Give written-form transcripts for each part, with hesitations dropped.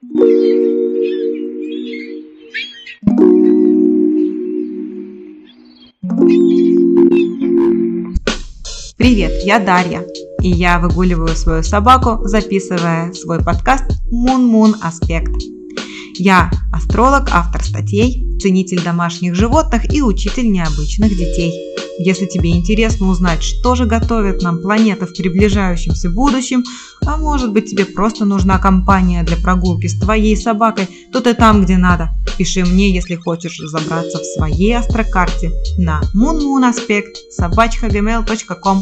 Привет, я Дарья, и я выгуливаю свою собаку, записывая свой подкаст «Мун-Мун Аспект». Я астролог, автор статей, ценитель домашних животных и учитель необычных детей. Если тебе интересно узнать, что же готовит нам планета в приближающемся будущем, а может быть тебе просто нужна компания для прогулки с твоей собакой, то ты там, где надо. Пиши мне, если хочешь разобраться в своей астрокарте на moonmoonaspect@gmail.com.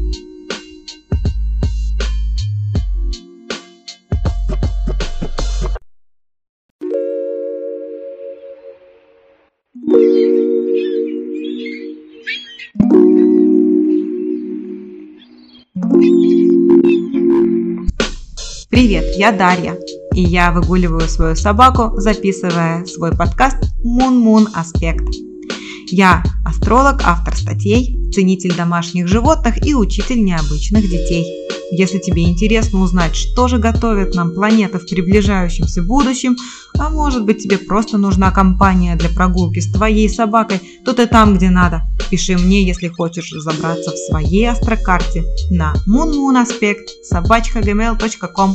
Привет, я Дарья, и я выгуливаю свою собаку, записывая свой подкаст «Мун-Мун Аспект». Я астролог, автор статей, ценитель домашних животных и учитель необычных детей. Если тебе интересно узнать, что же готовит нам планета в приближающемся будущем, а может быть тебе просто нужна компания для прогулки с твоей собакой, то ты там, где надо. Пиши мне, если хочешь разобраться в своей астрокарте на moonmoonaspect@gmail.com.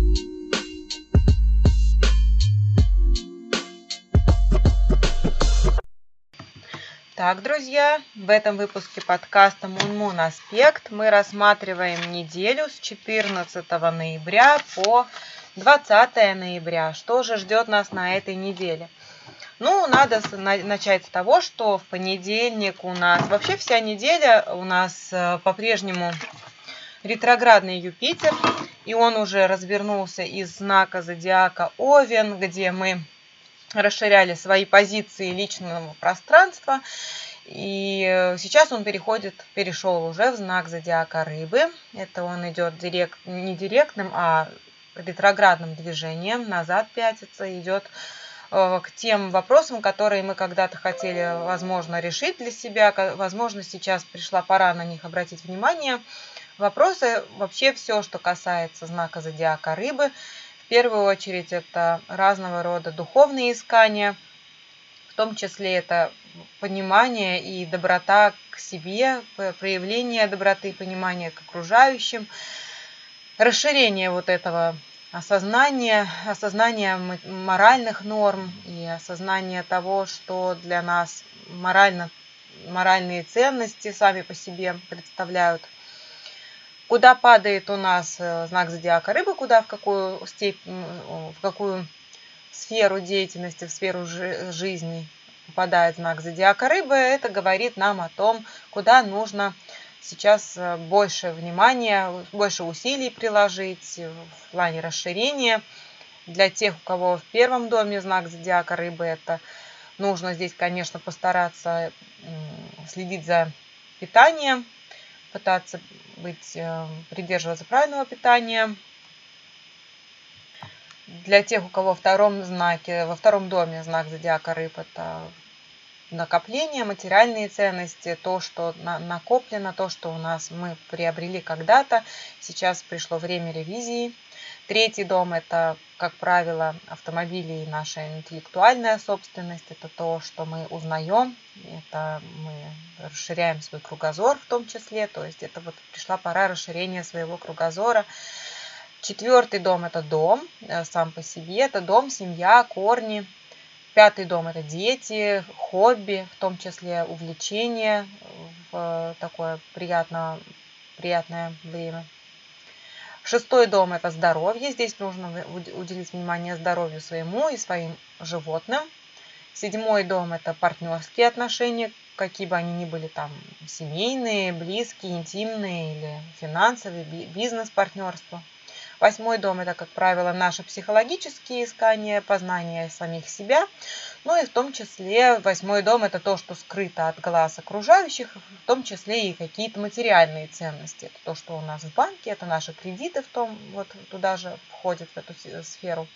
Так, друзья, в этом выпуске подкаста «Мун-Мун Аспект» мы рассматриваем неделю с 14 ноября по 20 ноября. Что же ждет нас на этой неделе? Ну, надо начать с того, что в понедельник у нас, вообще вся неделя у нас по-прежнему ретроградный Юпитер, и он уже развернулся из знака зодиака Овен, где мы расширяли свои позиции личного пространства. И сейчас он перешел уже в знак зодиака Рыбы. Это он идет не директным, а ретроградным движением. Назад пятится, идет к тем вопросам, которые мы когда-то хотели, возможно, решить для себя. Возможно, сейчас пришла пора на них обратить внимание. Вопросы, вообще все, что касается знака зодиака Рыбы, в первую очередь это разного рода духовные искания, в том числе это понимание и доброта к себе, проявление доброты и понимания к окружающим, расширение вот этого осознания моральных норм и осознание того, что для нас моральные ценности сами по себе представляют. Куда падает у нас знак зодиака Рыбы, в какую сферу деятельности, в сферу жизни попадает знак зодиака Рыбы, это говорит нам о том, куда нужно сейчас больше внимания, больше усилий приложить в плане расширения. Для тех, у кого в первом доме знак зодиака Рыбы, это нужно здесь, конечно, постараться следить за питанием, пытаться придерживаться правильного питания. Для тех, у кого во втором доме знак зодиака Рыб, это накопление, материальные ценности, то, что накоплено, то, что мы приобрели когда-то. Сейчас пришло время ревизии. Третий дом – это, как правило, автомобили и наша интеллектуальная собственность. Это то, что мы узнаем, это мы расширяем свой кругозор в том числе. То есть это вот пришла пора расширения своего кругозора. Четвертый дом – это дом сам по себе, это дом, семья, корни. Пятый дом – это дети, хобби, в том числе увлечения в такое приятное время. Шестой дом – это здоровье. Здесь нужно уделить внимание здоровью своему и своим животным. Седьмой дом – это партнерские отношения, какие бы они ни были, там семейные, близкие, интимные или финансовые, бизнес-партнерство. Восьмой дом – это, как правило, наши психологические искания, познание самих себя. Ну и в том числе восьмой дом – это то, что скрыто от глаз окружающих, в том числе и какие-то материальные ценности. Это то, что у нас в банке, это наши кредиты туда же входят, в эту сферу.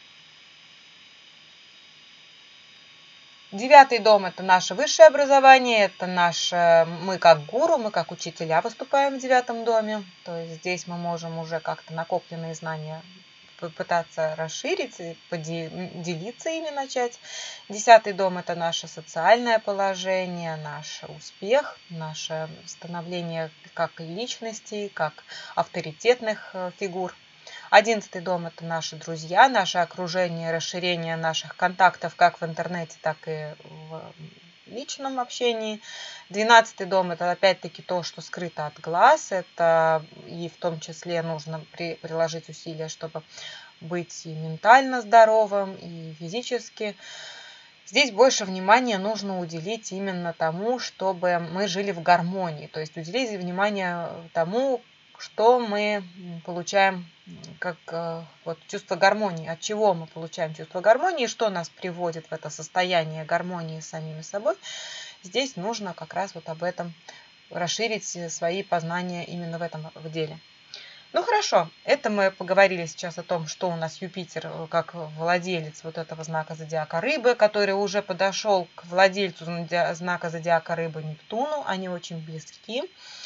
Девятый дом – это наше высшее образование, это мы как гуру, мы как учителя выступаем в девятом доме. То есть здесь мы можем уже как-то накопленные знания попытаться расширить, и делиться ими начать. 10-й дом – это наше социальное положение, наш успех, наше становление как личностей, как авторитетных фигур. 11-й дом – это наши друзья, наше окружение, расширение наших контактов как в интернете, так и в личном общении. 12-й дом – это опять-таки то, что скрыто от глаз. Это и в том числе нужно приложить усилия, чтобы быть и ментально здоровым, и физически. Здесь больше внимания нужно уделить именно тому, чтобы мы жили в гармонии. То есть уделить внимание тому, что мы получаем как вот, чувство гармонии, от чего мы получаем чувство гармонии, что нас приводит в это состояние гармонии с самими собой. Здесь нужно как раз вот об этом расширить свои познания именно в этом деле. Ну хорошо, это мы поговорили сейчас о том, что у нас Юпитер как владелец вот этого знака зодиака Рыбы, который уже подошел к владельцу знака зодиака Рыбы Нептуну. Они очень близки.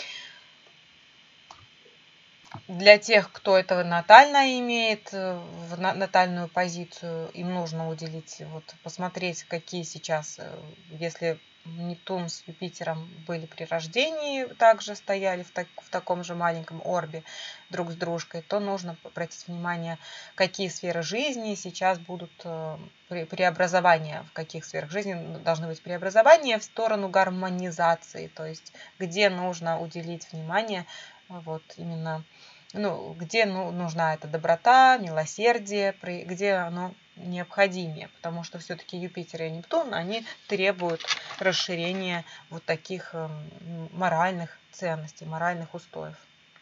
Для тех, кто этого натально имеет, натальную позицию, им нужно уделить, вот, посмотреть, какие сейчас, если Нептун с Юпитером были при рождении, также стояли в таком же маленьком орбе друг с дружкой, то нужно обратить внимание, какие сферы жизни сейчас будут преобразования, в каких сферах жизни должны быть преобразования в сторону гармонизации, то есть где нужно уделить внимание вот именно, где нужна эта доброта, милосердие, где оно необходимее, потому что все-таки Юпитер и Нептун, они требуют расширения вот таких моральных ценностей, моральных устоев.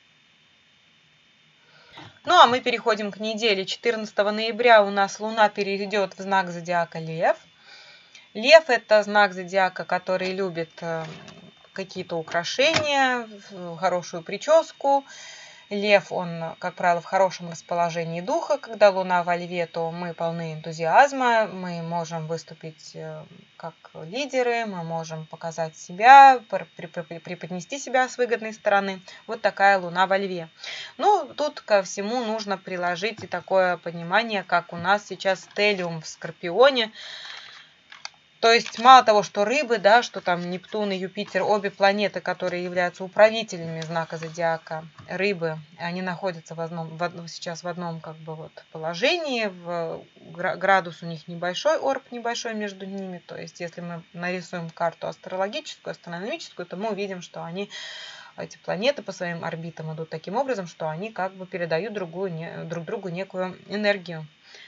Ну, а мы переходим к неделе. 14 ноября у нас Луна перейдет в знак зодиака Лев. Лев – это знак зодиака, который любит какие-то украшения, хорошую прическу. Лев, он, как правило, в хорошем расположении духа. Когда Луна во Льве, то мы полны энтузиазма, мы можем выступить как лидеры, мы можем показать себя, преподнести себя с выгодной стороны. Вот такая Луна во Льве. Ну, тут ко всему нужно приложить и такое понимание, как у нас сейчас стеллиум в Скорпионе. То есть мало того, что рыбы, да, что там Нептун и Юпитер, обе планеты, которые являются управителями знака зодиака рыбы, они находятся сейчас в одном как бы вот положении, градус у них небольшой, орб небольшой между ними. То есть если мы нарисуем карту астрологическую, астрономическую, то мы увидим, что эти планеты по своим орбитам идут таким образом, что они как бы передают друг другу некую энергию.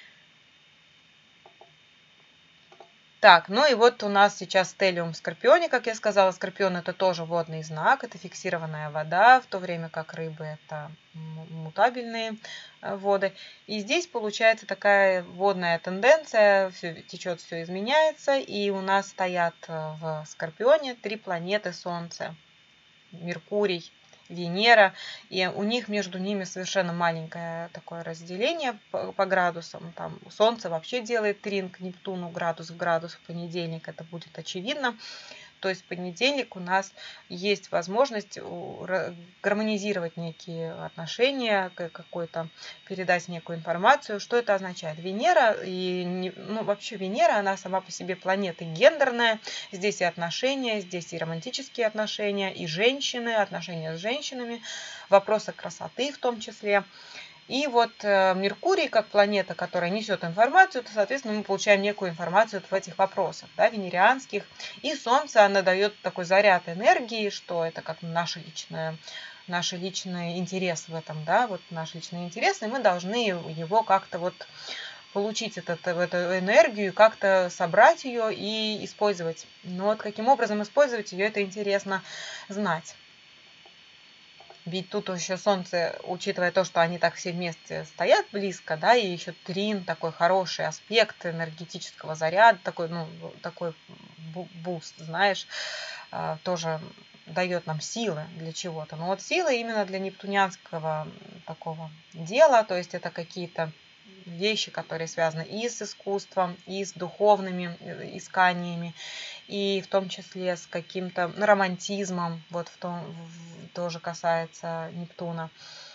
Так, ну и вот у нас сейчас стеллиум в Скорпионе, как я сказала. Скорпион – это тоже водный знак, это фиксированная вода, в то время как рыбы – это мутабельные воды. И здесь получается такая водная тенденция, все течет, все изменяется, и у нас стоят в Скорпионе 3 планеты Солнца: Меркурий, Венера, и у них между ними совершенно маленькое такое разделение по градусам. Там Солнце вообще делает трин к Нептуну градус в градус в понедельник, это будет очевидно. То есть в понедельник у нас есть возможность гармонизировать некие отношения, какой-то передать некую информацию. Что это означает? Венера, вообще Венера, она сама по себе планета гендерная. Здесь и отношения, здесь и романтические отношения, и женщины, отношения с женщинами, вопросы красоты в том числе. И вот Меркурий, как планета, которая несет информацию, то, соответственно, мы получаем некую информацию в этих вопросах, да, венерианских. И Солнце, она дает такой заряд энергии, что это как наш личный интерес в этом, да, вот наш личный интерес, и мы должны его как-то вот получить эту энергию, как-то собрать ее и использовать. Но вот каким образом использовать ее, это интересно знать. Ведь тут еще Солнце, учитывая то, что они так все вместе стоят близко, да, и еще трин, такой хороший аспект энергетического заряда, такой буст, знаешь, тоже дает нам силы для чего-то. Но вот силы именно для нептунианского такого дела, то есть это какие-то вещи, которые связаны и с искусством, и с духовными исканиями, и в том числе с каким-то романтизмом, вот тоже касается Нептуна.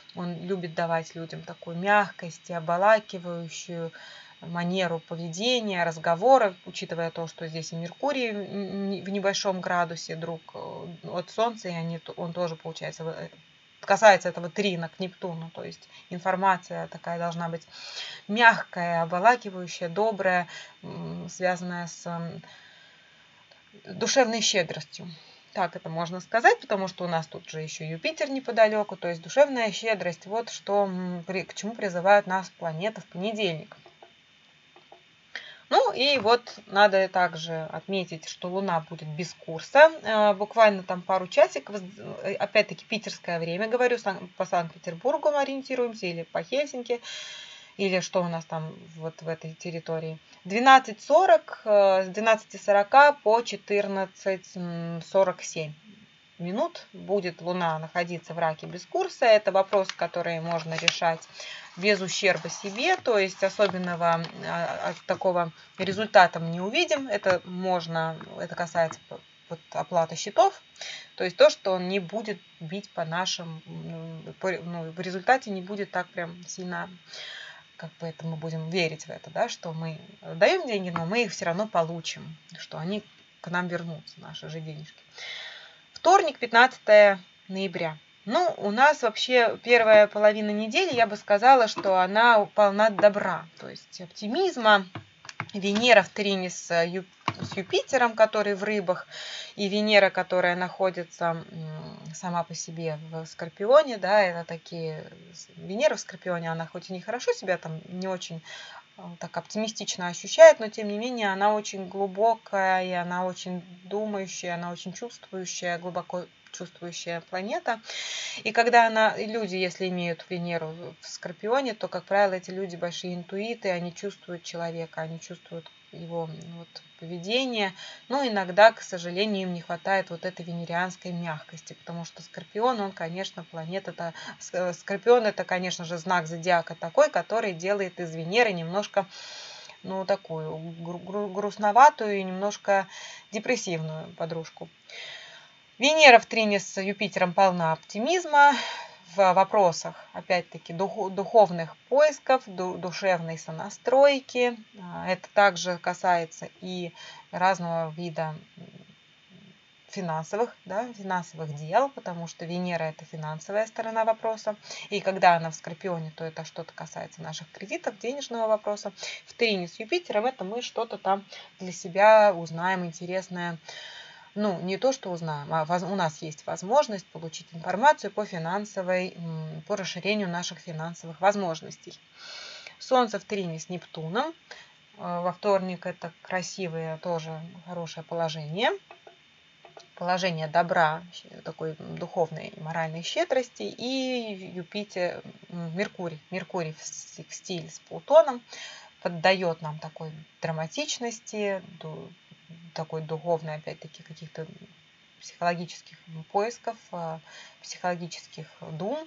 Он любит давать людям такую мягкость и обволакивающую манеру поведения, разговора, учитывая то, что здесь и Меркурий в небольшом градусе друг от Солнца, и он тоже, получается, касается этого трина к Нептуну, то есть информация такая должна быть мягкая, обволакивающая, добрая, связанная с душевной щедростью. Так это можно сказать, потому что у нас тут же еще Юпитер неподалеку, то есть душевная щедрость, вот что, к чему призывают нас планеты в понедельник. Ну и вот надо также отметить, что Луна будет без курса, буквально там пару часиков, опять-таки питерское время, говорю, по Санкт-Петербургу мы ориентируемся или по Хельсинки, или что у нас там вот в этой территории. 12:40, с 12:40 по 14:47 минут будет Луна находиться в Раке без курса. Это вопрос, который можно решать без ущерба себе, то есть особенного такого результата мы не увидим. Это касается оплаты счетов, то есть то, что он не будет бить по нашим, в результате не будет так прям сильно, как бы это мы будем верить в это, да, что мы даем деньги, но мы их все равно получим, что они к нам вернутся, наши же денежки. Вторник, 15 ноября. Ну, у нас вообще первая половина недели, я бы сказала, что она полна добра, то есть оптимизма. Венера в трине с Юпитером, который в рыбах, и Венера, которая находится сама по себе в Скорпионе, да, это такие... Венера в Скорпионе, она хоть и не хорошо себя там не очень так оптимистично ощущает, но тем не менее она очень глубокая, и она очень думающая, она очень чувствующая, глубоко чувствующая планета. И когда люди, если имеют Венеру в Скорпионе, то, как правило, эти люди большие интуиты, они чувствуют человека, они чувствуют его поведение. Но иногда, к сожалению, им не хватает вот этой венерианской мягкости, потому что Скорпион, он, конечно, Скорпион это, конечно же, знак зодиака такой, который делает из Венеры немножко, такую грустноватую и немножко депрессивную подружку. Венера в трине с Юпитером полна оптимизма в вопросах, опять-таки, духовных поисков, душевной сонастройки. Это также касается и разного вида финансовых дел, потому что Венера – это финансовая сторона вопроса. И когда она в Скорпионе, то это что-то касается наших кредитов, денежного вопроса. В трине с Юпитером это мы что-то там для себя узнаем интересное. Не то, что узнаем, а у нас есть возможность получить информацию по расширению наших финансовых возможностей. Солнце в трине с Нептуном. Во вторник это красивое, тоже хорошее положение. Положение добра, такой духовной и моральной щедрости. И Меркурий в секстиле с Плутоном поддает нам такой драматичности, такой духовной, опять-таки, каких-то психологических поисков, психологических дум.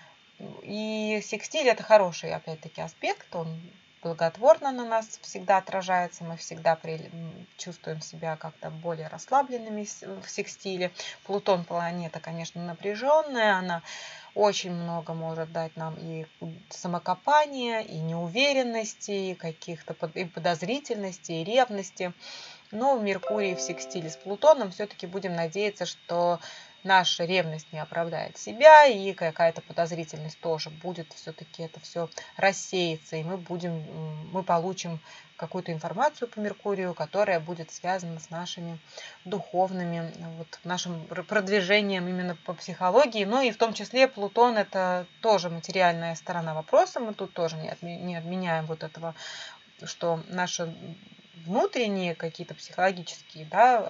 И секстиль – это хороший, опять-таки, аспект, он благотворно на нас всегда отражается, мы всегда чувствуем себя как-то более расслабленными в секстиле. Плутон – планета, конечно, напряженная, она очень много может дать нам и самокопания, и неуверенности, и каких-то и подозрительности, и ревности. Но Меркурий в секстиле с Плутоном все-таки будем надеяться, что наша ревность не оправдает себя, и какая-то подозрительность тоже будет, все-таки это все рассеется, и мы получим какую-то информацию по Меркурию, которая будет связана с нашими духовными, нашим продвижением именно по психологии. Ну и в том числе Плутон – это тоже материальная сторона вопроса, мы тут тоже не отменяем вот этого, что наши внутренние какие-то психологические,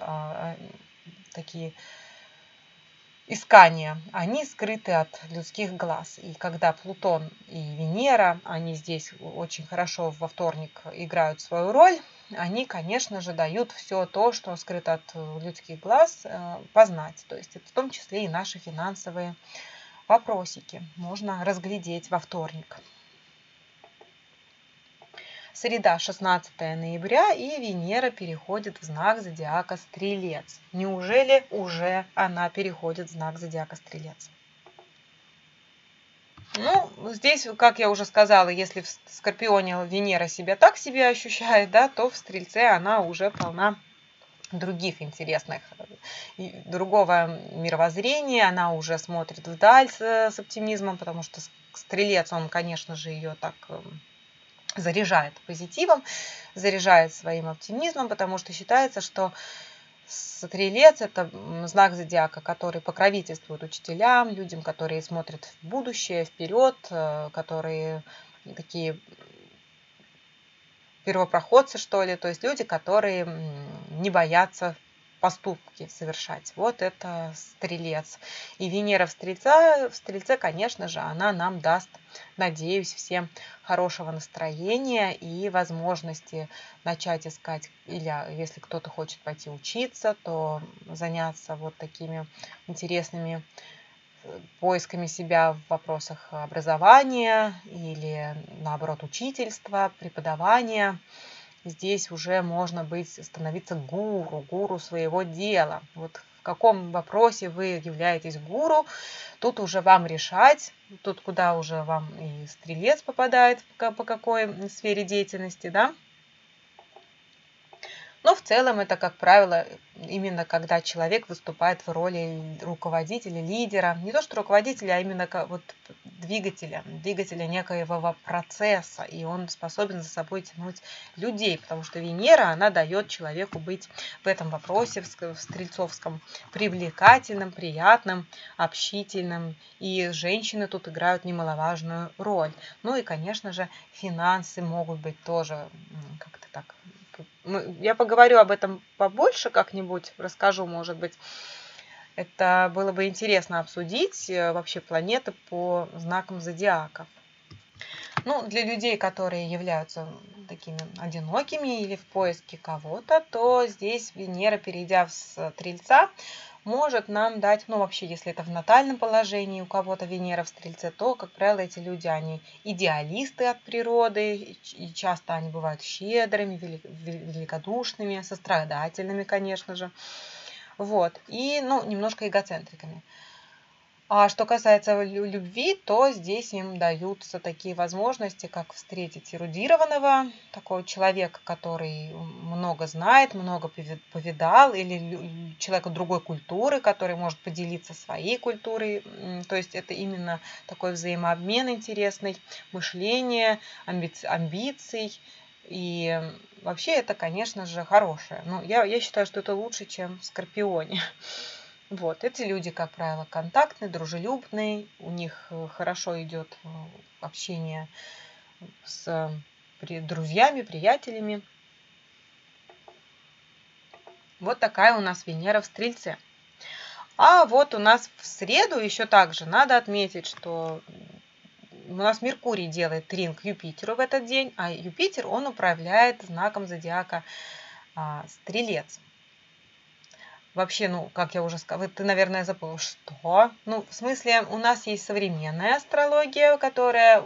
такие искания, они скрыты от людских глаз. И когда Плутон и Венера, они здесь очень хорошо во вторник играют свою роль, они, конечно же, дают все то, что скрыто от людских глаз, познать. То есть это в том числе и наши финансовые вопросики можно разглядеть во вторник. Среда, 16 ноября, и Венера переходит в знак зодиака Стрелец. Неужели уже она переходит в знак зодиака Стрелец? Ну, здесь, как я уже сказала, если в Скорпионе Венера себя так себе ощущает, да, то в Стрельце она уже полна других интересных, другого мировоззрения, она уже смотрит вдаль с оптимизмом, потому что Стрелец, он, конечно же, ее так заряжает позитивом, заряжает своим оптимизмом, потому что считается, что Стрелец – это знак зодиака, который покровительствует учителям, людям, которые смотрят в будущее, вперед, которые такие первопроходцы, что ли, то есть люди, которые не боятся поступки совершать. Вот это Стрелец. И Венера в Стрельце, конечно же, она нам даст, надеюсь, всем хорошего настроения и возможности начать искать, или если кто-то хочет пойти учиться, то заняться вот такими интересными поисками себя в вопросах образования или, наоборот, учительства, преподавания. Здесь уже можно становиться гуру своего дела. Вот в каком вопросе вы являетесь гуру, тут уже вам решать, тут куда уже вам и Стрелец попадает, по какой сфере деятельности, да. Но в целом это, как правило, именно когда человек выступает в роли руководителя, лидера. Не то что руководителя, а именно вот двигателя некоего процесса. И он способен за собой тянуть людей, потому что Венера, она дает человеку быть в этом вопросе, в стрельцовском, привлекательным, приятным, общительным. И женщины тут играют немаловажную роль. Ну и, конечно же, финансы могут быть тоже как-то так. Я поговорю об этом побольше как-нибудь, расскажу, может быть. Это было бы интересно обсудить вообще планеты по знакам зодиака. Ну, для людей, которые являются такими одинокими или в поиске кого-то, то здесь Венера, перейдя в Стрельца, может нам дать, ну вообще, если это в натальном положении у кого-то Венера в Стрельце, то, как правило, эти люди, они идеалисты от природы, и часто они бывают щедрыми, великодушными, сострадательными, конечно же, вот, и, ну, немножко эгоцентриками. А что касается любви, то здесь им даются такие возможности, как встретить эрудированного, такого человека, который много знает, много повидал, или человека другой культуры, который может поделиться своей культурой. То есть это именно такой взаимообмен интересный, мышление, амбиций. И вообще это, конечно же, хорошее. Но я считаю, что это лучше, чем в Скорпионе. Вот, эти люди, как правило, контактные, дружелюбные, у них хорошо идет общение с друзьями, приятелями. Вот такая у нас Венера в Стрельце. А вот у нас в среду еще также надо отметить, что у нас Меркурий делает трин к Юпитеру в этот день, а Юпитер, он управляет знаком зодиака Стрелец. Вообще, ну, как я уже сказала, ты, наверное, забыла, что? Ну, в смысле, у нас есть современная астрология, которая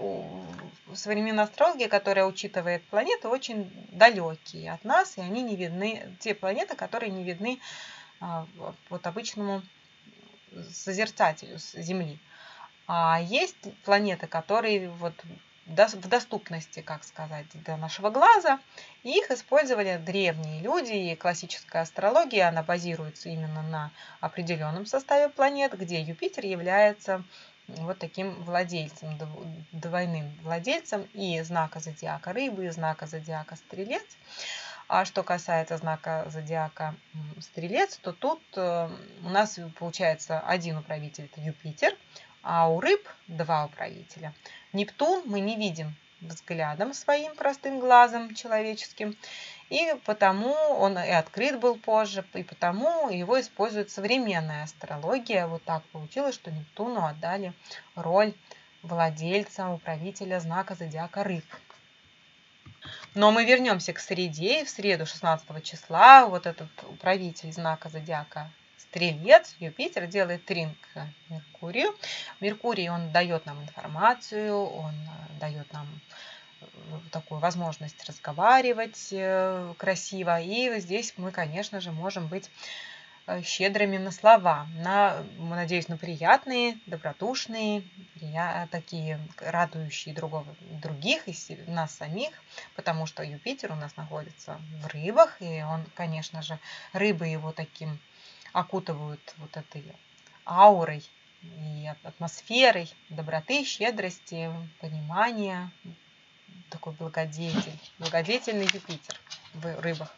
учитывает планеты очень далекие от нас, и они не видны, те планеты, которые не видны вот обычному созерцателю с Земли. А есть планеты, которые вот в доступности, как сказать, для нашего глаза. И их использовали древние люди, и классическая астрология, она базируется именно на определенном составе планет, где Юпитер является вот таким владельцем, двойным владельцем и знака зодиака Рыбы, и знака зодиака Стрелец. А что касается знака зодиака Стрелец, то тут у нас получается один управитель – это Юпитер, а у рыб два управителя. Нептун мы не видим взглядом своим простым глазом человеческим, и потому он и открыт был позже, и потому его использует современная астрология. Вот так получилось, что Нептуну отдали роль владельца, управителя знака зодиака Рыб. Но мы вернемся к среде, и в среду 16 числа вот этот управитель знака зодиака Стрелец, Юпитер, делает трин к Меркурию. Меркурий, он дает нам информацию, он дает нам такую возможность разговаривать красиво. И здесь мы, конечно же, можем быть щедрыми на слова, надеюсь, на приятные, добродушные, такие радующие других и нас самих, потому что Юпитер у нас находится в рыбах, и он, конечно же, рыбы его таким окутывают вот этой аурой и атмосферой доброты, щедрости, понимания, такой благодетельный Юпитер в рыбах.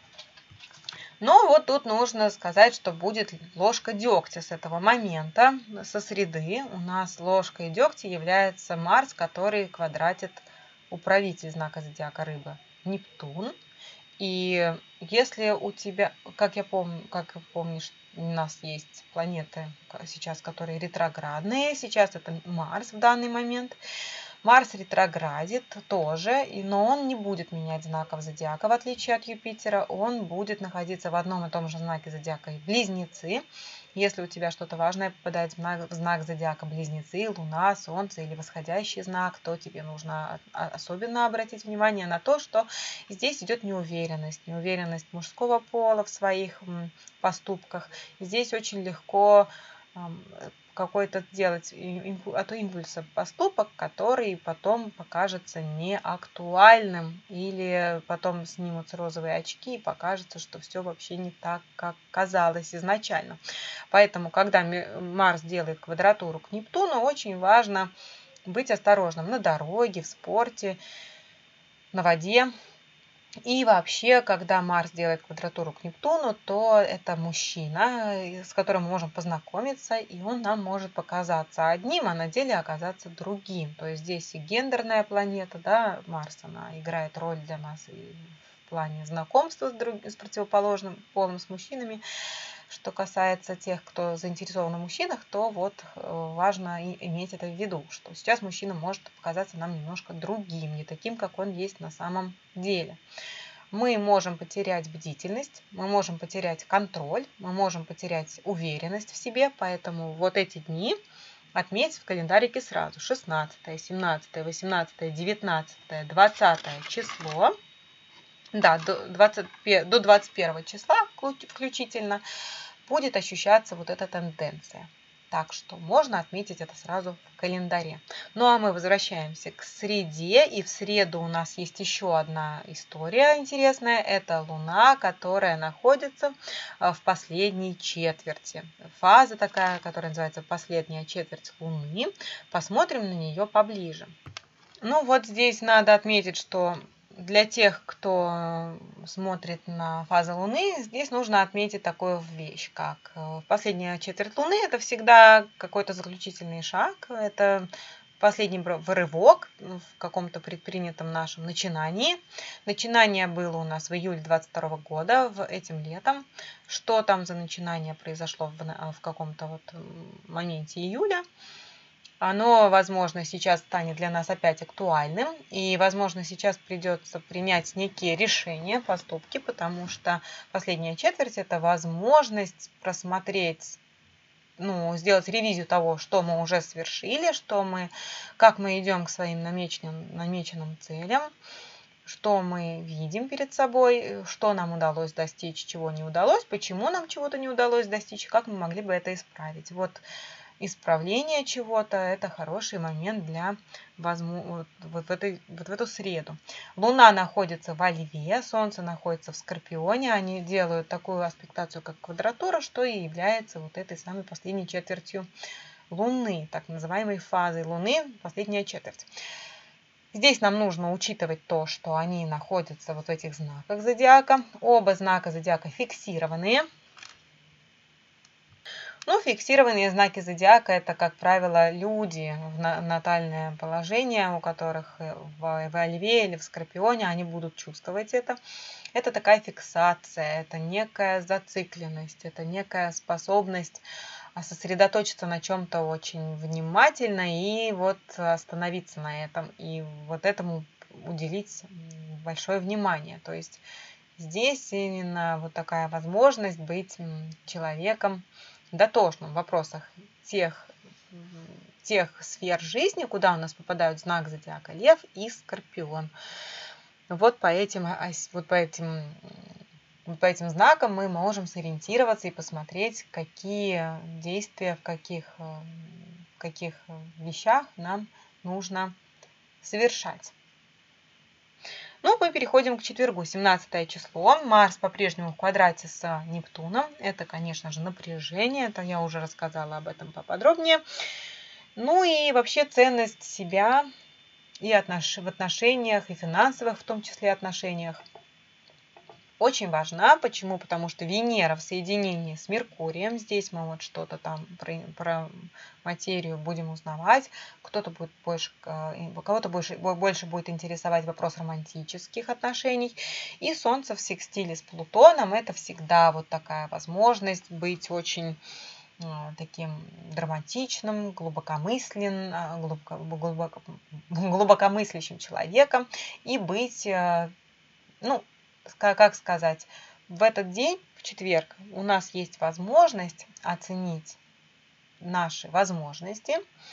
Но вот тут нужно сказать, что будет ложка дегтя с этого момента, со среды. У нас ложкой дегтя является Марс, который квадратит управитель знака зодиака Рыбы Нептун. И если у тебя, как помнишь, у нас есть планеты сейчас, которые ретроградные. Сейчас это Марс в данный момент. Марс ретроградит тоже, но он не будет менять знаков зодиака, в отличие от Юпитера. Он будет находиться в одном и том же знаке зодиака и Близнецы. Если у тебя что-то важное попадает в знак зодиака Близнецы, Луна, Солнце или восходящий знак, то тебе нужно особенно обратить внимание на то, что здесь идет неуверенность мужского пола в своих поступках. Здесь очень легко какой-то сделать от импульса поступок, который потом покажется неактуальным, или потом снимутся розовые очки и покажется, что все вообще не так, как казалось изначально. Поэтому, когда Марс делает квадратуру к Нептуну, очень важно быть осторожным на дороге, в спорте, на воде. И вообще, когда Марс делает квадратуру к Нептуну, то это мужчина, с которым мы можем познакомиться, и он нам может показаться одним, а на деле оказаться другим. То есть здесь и гендерная планета, да, Марс, она играет роль для нас и в плане знакомства с противоположным полом, с мужчинами. Что касается тех, кто заинтересован в мужчинах, то вот важно иметь это в виду, что сейчас мужчина может показаться нам немножко другим, не таким, как он есть на самом деле. Мы можем потерять бдительность, мы можем потерять контроль, мы можем потерять уверенность в себе, поэтому вот эти дни отметь в календарике сразу. 16, 17, 18, 19, 20 число. Да, до 21 числа включительно будет ощущаться вот эта тенденция. Так что можно отметить это сразу в календаре. Ну а мы возвращаемся к среде. И в среду у нас есть еще одна история интересная. Это Луна, которая находится в последней четверти. Фаза такая, которая называется последняя четверть Луны. Посмотрим на нее поближе. Ну вот здесь надо отметить, что для тех, кто смотрит на фазы Луны, здесь нужно отметить такую вещь, как последняя четверть Луны – это всегда какой-то заключительный шаг, это последний рывок в каком-то предпринятом нашем начинании. Начинание было у нас в июле 2022 года, этим летом. Что там за начинание произошло в каком-то вот моменте июля? Оно, возможно, сейчас станет для нас опять актуальным, и, возможно, сейчас придется принять некие решения, поступки, потому что последняя четверть – это возможность просмотреть, сделать ревизию того, что мы уже совершили, как мы идем к своим намеченным целям, что мы видим перед собой, что нам удалось достичь, чего не удалось, почему нам чего-то не удалось достичь, как мы могли бы это исправить. Вот исправление чего-то – это хороший момент в эту среду. Луна находится во Льве, Солнце находится в Скорпионе. Они делают такую аспектацию, как квадратура, что и является вот этой самой последней четвертью Луны, так называемой фазой Луны, последняя четверть. Здесь нам нужно учитывать то, что они находятся вот в этих знаках зодиака. Оба знака зодиака фиксированные. Фиксированные знаки зодиака – это, как правило, люди в натальное положение, у которых во Льве или в Скорпионе, они будут чувствовать это. Это такая фиксация, это некая зацикленность, это некая способность сосредоточиться на чем-то очень внимательно и вот остановиться на этом, и вот этому уделить большое внимание. То есть здесь именно вот такая возможность быть человеком дотошным в вопросах тех сфер жизни, куда у нас попадают знак зодиака Лев и Скорпион. Вот по этим по этим знакам мы можем сориентироваться и посмотреть, какие действия, в каких вещах нам нужно совершать. Ну, мы переходим к четвергу, 17 число. Марс по-прежнему в квадрате с Нептуном. Это, конечно же, напряжение. Это я уже рассказала об этом поподробнее. Ну и вообще ценность себя и в отношениях, и финансовых в том числе отношениях очень важна. Почему? Потому что Венера в соединении с Меркурием. Здесь мы вот что-то там про материю будем узнавать. Кого-то больше будет интересовать вопрос романтических отношений. И Солнце в секстиле с Плутоном. Это всегда вот такая возможность быть очень таким драматичным, глубокомыслящим человеком и быть, ну, как сказать, в этот день, в четверг, у нас есть возможность оценить наши возможности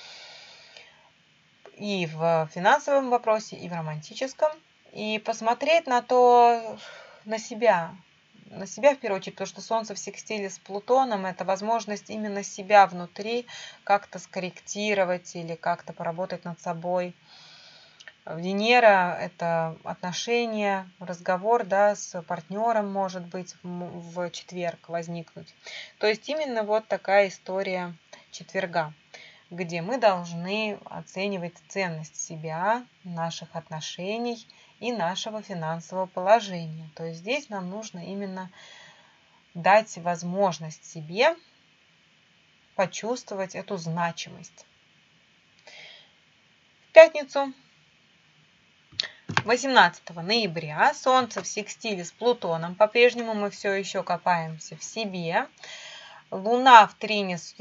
и в финансовом вопросе, и в романтическом, и посмотреть на себя в первую очередь, потому что Солнце в секстиле с Плутоном – это возможность именно себя внутри как-то скорректировать или как-то поработать над собой. Венера – это отношения, разговор, да, с партнером, может быть, в четверг возникнуть. То есть именно вот такая история четверга, где мы должны оценивать ценность себя, наших отношений и нашего финансового положения. То есть здесь нам нужно именно дать возможность себе почувствовать эту значимость. В пятницу, 18 ноября, Солнце в секстиле с Плутоном. По-прежнему мы все еще копаемся в себе. Луна в трине с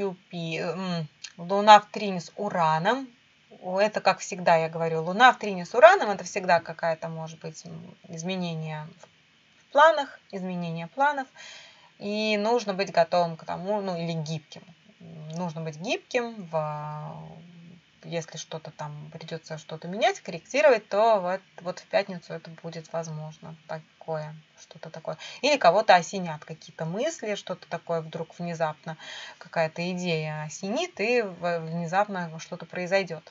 Ураном. Это, как всегда, я говорю, Луна в трине с Ураном, это всегда какая-то, может быть, изменение в планах, изменение планов. И нужно быть готовым к тому, ну или гибким. Нужно быть гибким, если что-то там придется что-то менять, корректировать, то вот в пятницу это будет возможно. Что-то такое. Или кого-то осенят какие-то мысли, что-то такое вдруг внезапно, какая-то идея осенит, и внезапно что-то произойдет.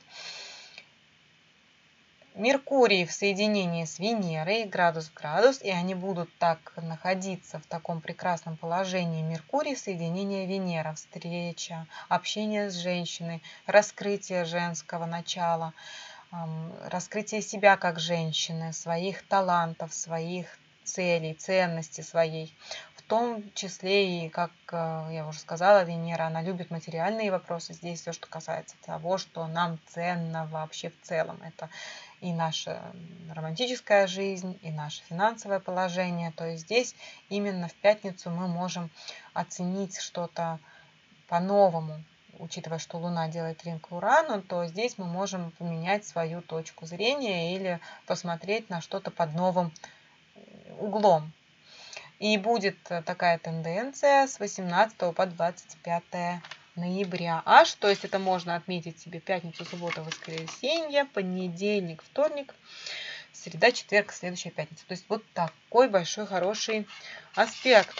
Меркурий в соединении с Венерой, градус в градус, и они будут так находиться в таком прекрасном положении. Меркурий, соединение Венера, встреча, общение с женщиной, раскрытие женского начала, раскрытие себя как женщины, своих талантов, своих целей, ценности своей. В том числе и, как я уже сказала, Венера, она любит материальные вопросы. Здесь все, что касается того, что нам ценно вообще в целом. Это и наша романтическая жизнь, и наше финансовое положение. То есть здесь именно в пятницу мы можем оценить что-то по-новому. Учитывая, что Луна делает трин к Урану, то здесь мы можем поменять свою точку зрения или посмотреть на что-то под новым углом. И будет такая тенденция с 18 по 25 ноября. То есть это можно отметить себе пятницу, субботу, воскресенье, понедельник, вторник, среда, четверг, следующая пятница. То есть вот такой большой хороший аспект.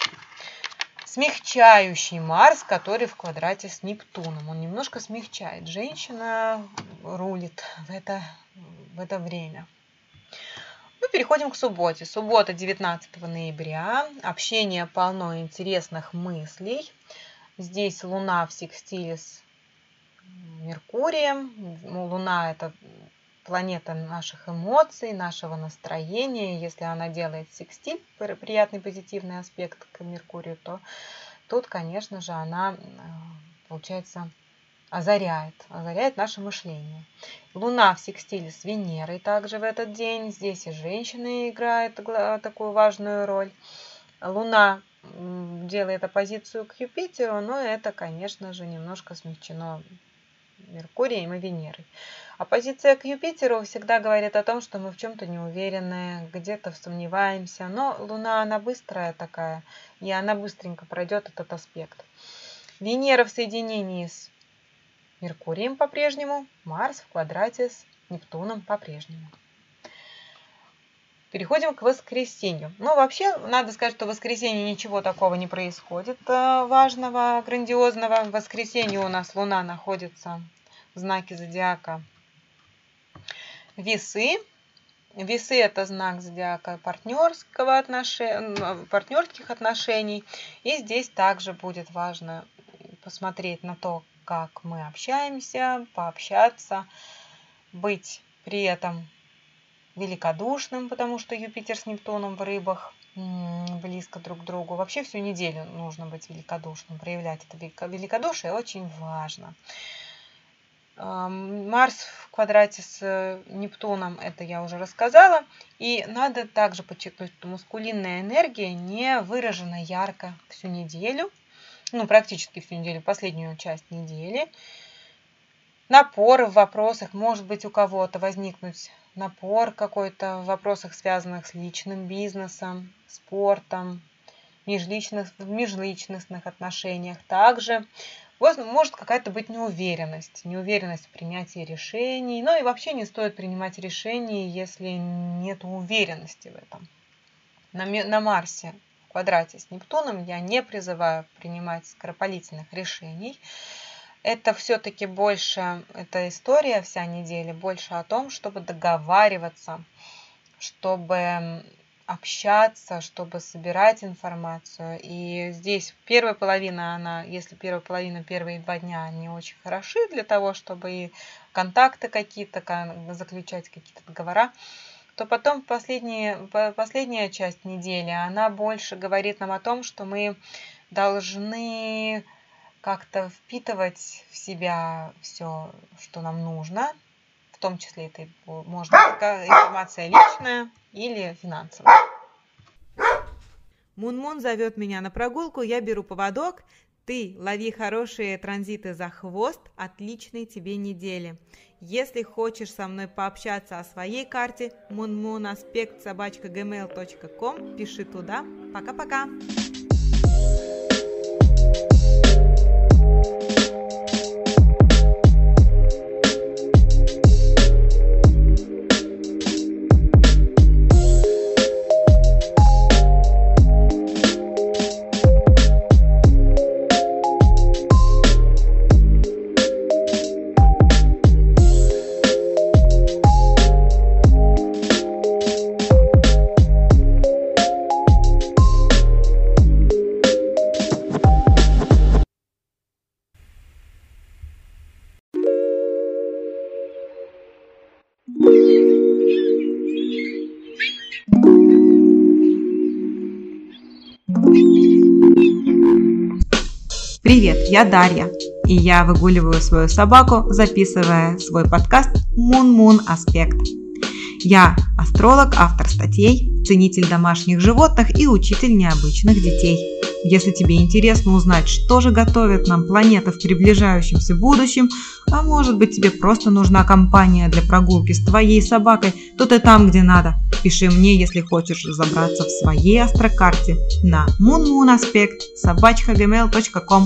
Смягчающий Марс, который в квадрате с Нептуном. Он немножко смягчает. Женщина рулит в это время. Мы переходим к субботе. Суббота, 19 ноября. Общение полно интересных мыслей. Здесь Луна в секстиле с Меркурием. Луна – это планета наших эмоций, нашего настроения. Если она делает секстиль, приятный позитивный аспект к Меркурию, то тут, конечно же, она, получается, озаряет наше мышление. Луна в секстиле с Венерой также в этот день. Здесь и женщина играет такую важную роль. Луна делает оппозицию к Юпитеру, но это, конечно же, немножко смягчено Меркурием и Венерой. Оппозиция к Юпитеру всегда говорит о том, что мы в чем-то не уверены, где-то сомневаемся, но Луна, она быстрая такая, и она быстренько пройдет этот аспект. Венера в соединении с Меркурием по-прежнему, Марс в квадрате с Нептуном по-прежнему. Переходим к воскресенью. Ну, вообще, надо сказать, что в воскресенье ничего такого не происходит важного, грандиозного. В воскресенье у нас Луна находится в знаке зодиака Весы. Весы – это знак зодиака партнерских отношений. И здесь также будет важно посмотреть на то, как мы общаемся, пообщаться, быть при этом великодушным, потому что Юпитер с Нептуном в рыбах близко друг к другу. Вообще всю неделю нужно быть великодушным, проявлять это великодушие очень важно. Марс в квадрате с Нептуном, это я уже рассказала. И надо также подчеркнуть, что маскулинная энергия не выражена ярко всю неделю, ну, практически всю неделю, последнюю часть недели. Напор в вопросах, может быть, у кого-то возникнуть напор какой-то в вопросах, связанных с личным бизнесом, спортом, в межличностных отношениях. Также может какая-то быть неуверенность в принятии решений. Ну и вообще не стоит принимать решения, если нет уверенности в этом. На Марсе в квадрате с Нептуном я не призываю принимать скоропалительных решений. Это все-таки больше, эта история вся неделя больше о том, чтобы договариваться, чтобы общаться, чтобы собирать информацию. И здесь первая половина, первые 2 дня, они очень хороши для того, чтобы и контакты какие-то, заключать какие-то договора, то потом последняя часть недели, она больше говорит нам о том, что мы должны как-то впитывать в себя все, что нам нужно, в том числе это может быть информация личная или финансовая. Мун-Мун зовет меня на прогулку, я беру поводок. Ты лови хорошие транзиты за хвост, отличной тебе недели. Если хочешь со мной пообщаться о своей карте, moonmoonaspect@gmail.com, пиши туда. Пока-пока! Привет, я Дарья, и я выгуливаю свою собаку, записывая свой подкаст Moon-Moon Aspect. Я астролог, автор статей, ценитель домашних животных и учитель необычных детей. Если тебе интересно узнать, что же готовит нам планета в приближающемся будущем, а может быть тебе просто нужна компания для прогулки с твоей собакой, то ты там, где надо. Пиши мне, если хочешь разобраться в своей астрокарте на moonmoonaspect@gmail.com.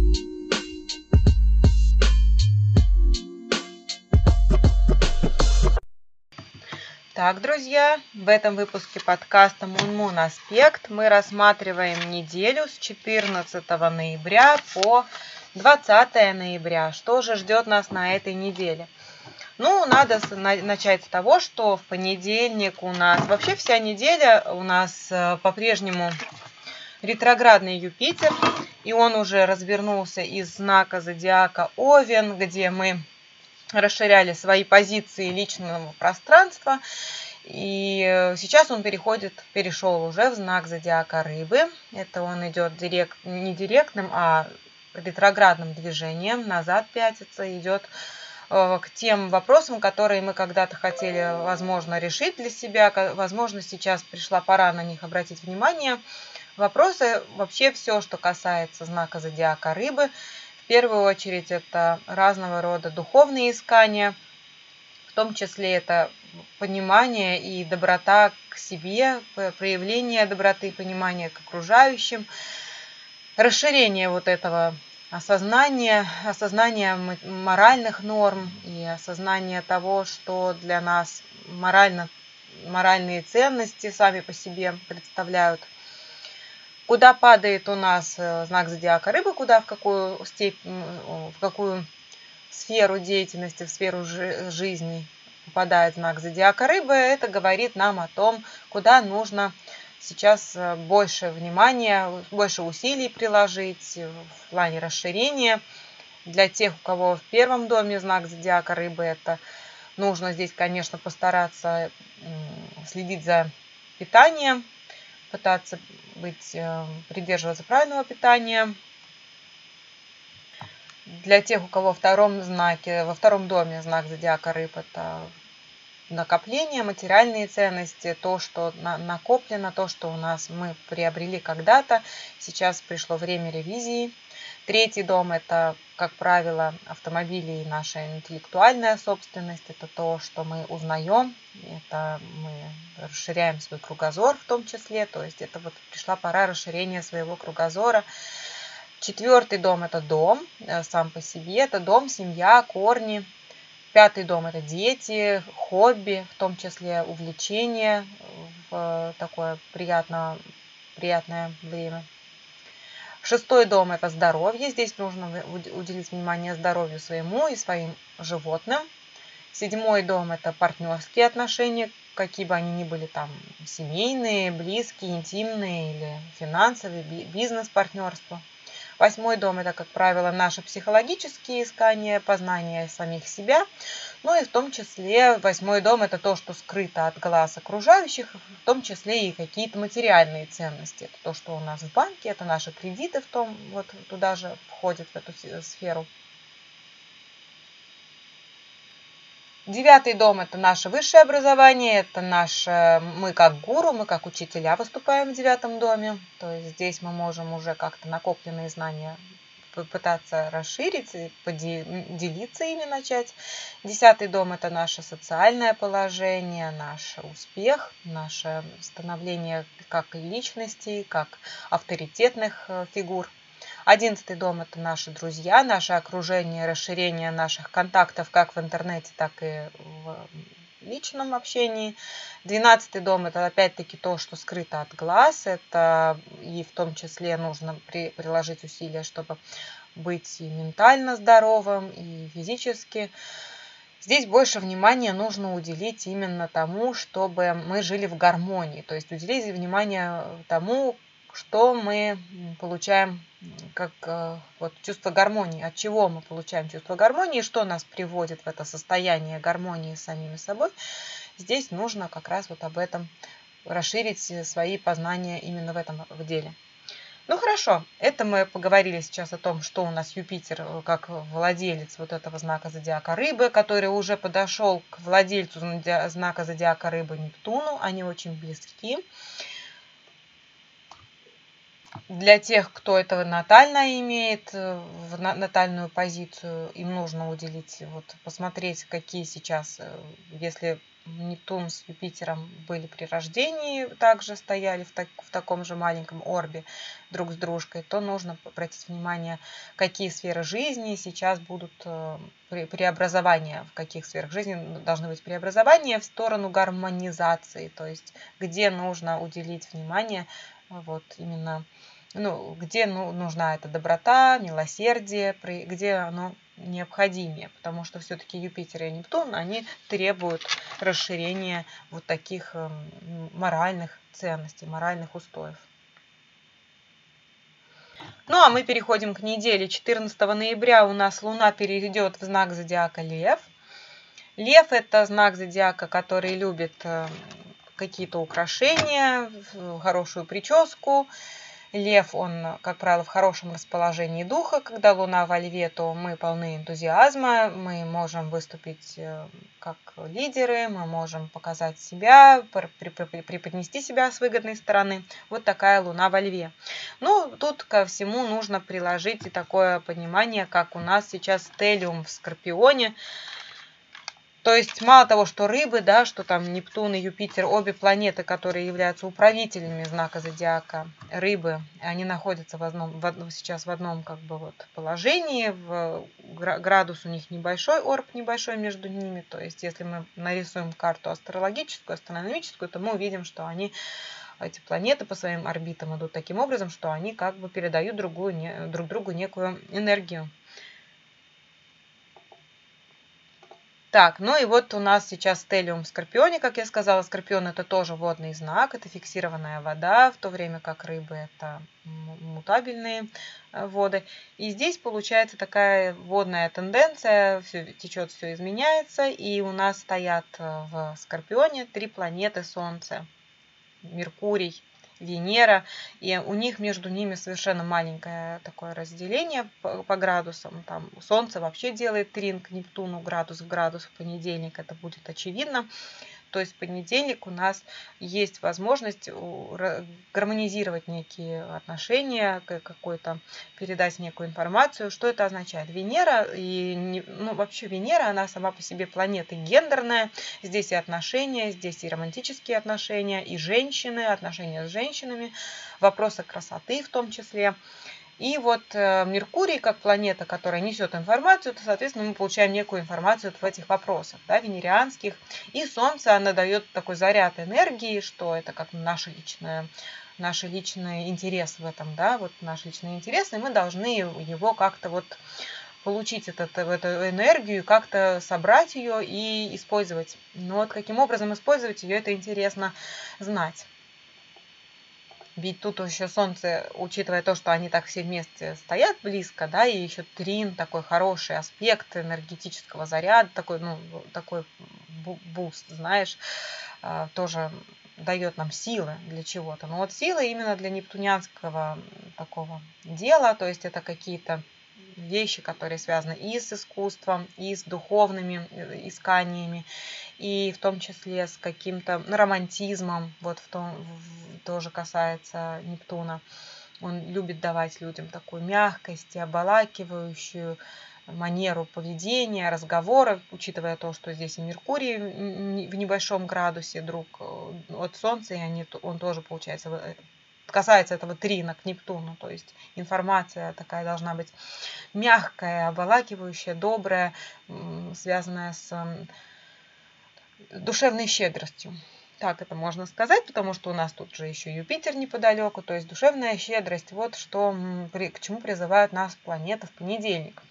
Так, друзья, в этом выпуске подкаста Moon-Moon Aspect мы рассматриваем неделю с 14 ноября по 20 ноября. Что же ждет нас на этой неделе? Ну, надо начать с того, что в понедельник у нас, вообще вся неделя у нас по-прежнему ретроградный Юпитер, и он уже развернулся из знака зодиака Овен, где мы расширяли свои позиции личного пространства. И сейчас он перешел уже в знак зодиака Рыбы. Это он идет не директным, а ретроградным движением. Назад пятится, идет к тем вопросам, которые мы когда-то хотели, возможно, решить для себя. Возможно, сейчас пришла пора на них обратить внимание. Вопросы, вообще все, что касается знака зодиака Рыбы, в первую очередь это разного рода духовные искания, в том числе это понимание и доброта к себе, проявление доброты и понимания к окружающим, расширение вот этого осознания моральных норм и осознание того, что для нас морально моральные ценности сами по себе представляют. Куда падает у нас знак зодиака Рыбы, куда, в какую степень, в какую сферу деятельности, в сферу жизни попадает знак зодиака Рыбы, это говорит нам о том, куда нужно сейчас больше внимания, больше усилий приложить в плане расширения. Для тех, у кого в первом доме знак зодиака Рыбы, это нужно здесь, конечно, постараться следить за питанием, пытаться придерживаться правильного питания. Для тех, у кого во втором доме знак зодиака Рыб, это накопление, материальные ценности, то, что накоплено, то, что у нас мы приобрели когда-то. Сейчас пришло время ревизии. Третий дом – это, как правило, автомобили и наша интеллектуальная собственность. Это то, что мы узнаем, это мы расширяем свой кругозор в том числе. То есть это вот пришла пора расширения своего кругозора. Четвертый дом – это дом сам по себе, это дом, семья, корни. Пятый дом – это дети, хобби, в том числе увлечения в такое приятное время. Шестой дом – это здоровье. Здесь нужно уделить внимание здоровью своему и своим животным. Седьмой дом – это партнерские отношения, какие бы они ни были там, семейные, близкие, интимные или финансовые, бизнес-партнерство. Восьмой дом – это, как правило, наши психологические искания, познание самих себя. Ну и в том числе восьмой дом – это то, что скрыто от глаз окружающих, в том числе и какие-то материальные ценности. Это то, что у нас в банке, это наши кредиты вот туда же входят, в эту сферу. Девятый дом – это наше высшее образование, это мы как гуру, мы как учителя выступаем в девятом доме. То есть здесь мы можем уже как-то накопленные знания попытаться расширить, делиться ими начать. Десятый дом – это наше социальное положение, наш успех, наше становление как личностей, как авторитетных фигур. 11-й дом – это наши друзья, наше окружение, расширение наших контактов как в интернете, так и в личном общении. 12-й дом – это опять-таки то, что скрыто от глаз. Это и в том числе нужно приложить усилия, чтобы быть и ментально здоровым, и физически. Здесь больше внимания нужно уделить именно тому, чтобы мы жили в гармонии. То есть уделить внимание тому, что мы получаем как вот чувство гармонии, от чего мы получаем чувство гармонии, что нас приводит в это состояние гармонии с самими собой. Здесь нужно как раз вот об этом расширить свои познания именно в этом деле. Ну хорошо, это мы поговорили сейчас о том, что у нас Юпитер как владелец вот этого знака зодиака Рыбы, который уже подошел к владельцу знака зодиака Рыбы Нептуну, они очень близки. Для тех, кто этого натально имеет, в натальную позицию, им нужно уделить, посмотреть, какие сейчас, если Нептун с Юпитером были при рождении, также стояли в таком же маленьком орбе друг с дружкой, то нужно обратить внимание, какие сферы жизни сейчас будут преобразования, в каких сферах жизни должны быть преобразования в сторону гармонизации, то есть где нужно уделить внимание именно, где нужна эта доброта, милосердие, где оно необходимее, потому что все-таки Юпитер и Нептун, они требуют расширения вот таких моральных ценностей, моральных устоев. Ну, а мы переходим к неделе. 14 ноября у нас Луна перейдет в знак зодиака Лев. Лев – это знак зодиака, который любит какие-то украшения, хорошую прическу. Лев, он, как правило, в хорошем расположении духа. Когда Луна во Льве, то мы полны энтузиазма, мы можем выступить как лидеры, мы можем показать себя, преподнести себя с выгодной стороны. Вот такая Луна во Льве. Ну, тут ко всему нужно приложить и такое понимание, как у нас сейчас стеллиум в Скорпионе. То есть мало того, что рыбы, да, что там Нептун и Юпитер, обе планеты, которые являются управителями знака зодиака рыбы, они находятся сейчас в одном как бы вот положении, градус у них небольшой, орб небольшой между ними. То есть если мы нарисуем карту астрологическую, астрономическую, то мы увидим, что эти планеты по своим орбитам идут таким образом, что они как бы передают друг другу некую энергию. Так, ну и вот у нас сейчас стеллиум в Скорпионе, как я сказала. Скорпион это тоже водный знак, это фиксированная вода, в то время как рыбы это мутабельные воды. И здесь получается такая водная тенденция, все течет, все изменяется. И у нас стоят в Скорпионе 3 планеты Солнца: Меркурий, Венера, и у них между ними совершенно маленькое такое разделение по градусам. Там Солнце вообще делает трин к Нептуну градус в градус в понедельник, это будет очевидно. То есть в понедельник у нас есть возможность гармонизировать некие отношения, какой-то передать некую информацию. Что это означает? Венера, вообще Венера, она сама по себе планета гендерная. Здесь и отношения, здесь и романтические отношения, и женщины, отношения с женщинами, вопросы красоты в том числе. И вот Меркурий, как планета, которая несет информацию, то, соответственно, мы получаем некую информацию в этих вопросах, да, венерианских. И Солнце, она дает такой заряд энергии, что это как наш личный интерес в этом, да, вот наш личный интерес, и мы должны его как-то вот получить эту энергию, как-то собрать ее и использовать. Но вот каким образом использовать ее, это интересно знать. Ведь тут еще Солнце, учитывая то, что они так все вместе стоят близко, да, и еще трин, такой хороший аспект энергетического заряда, такой буст, знаешь, тоже дает нам силы для чего-то. Но вот силы именно для нептунианского такого дела, то есть это какие-то вещи, которые связаны и с искусством, и с духовными исканиями, и в том числе с каким-то романтизмом, тоже касается Нептуна. Он любит давать людям такую мягкость и обволакивающую манеру поведения, разговора, учитывая то, что здесь и Меркурий в небольшом градусе друг от Солнца, и он тоже, получается, касается этого трина к Нептуну, то есть информация такая должна быть мягкая, обволакивающая, добрая, связанная с душевной щедростью. Так это можно сказать, потому что у нас тут же еще Юпитер неподалеку, то есть душевная щедрость, вот к чему призывают нас планеты в понедельник.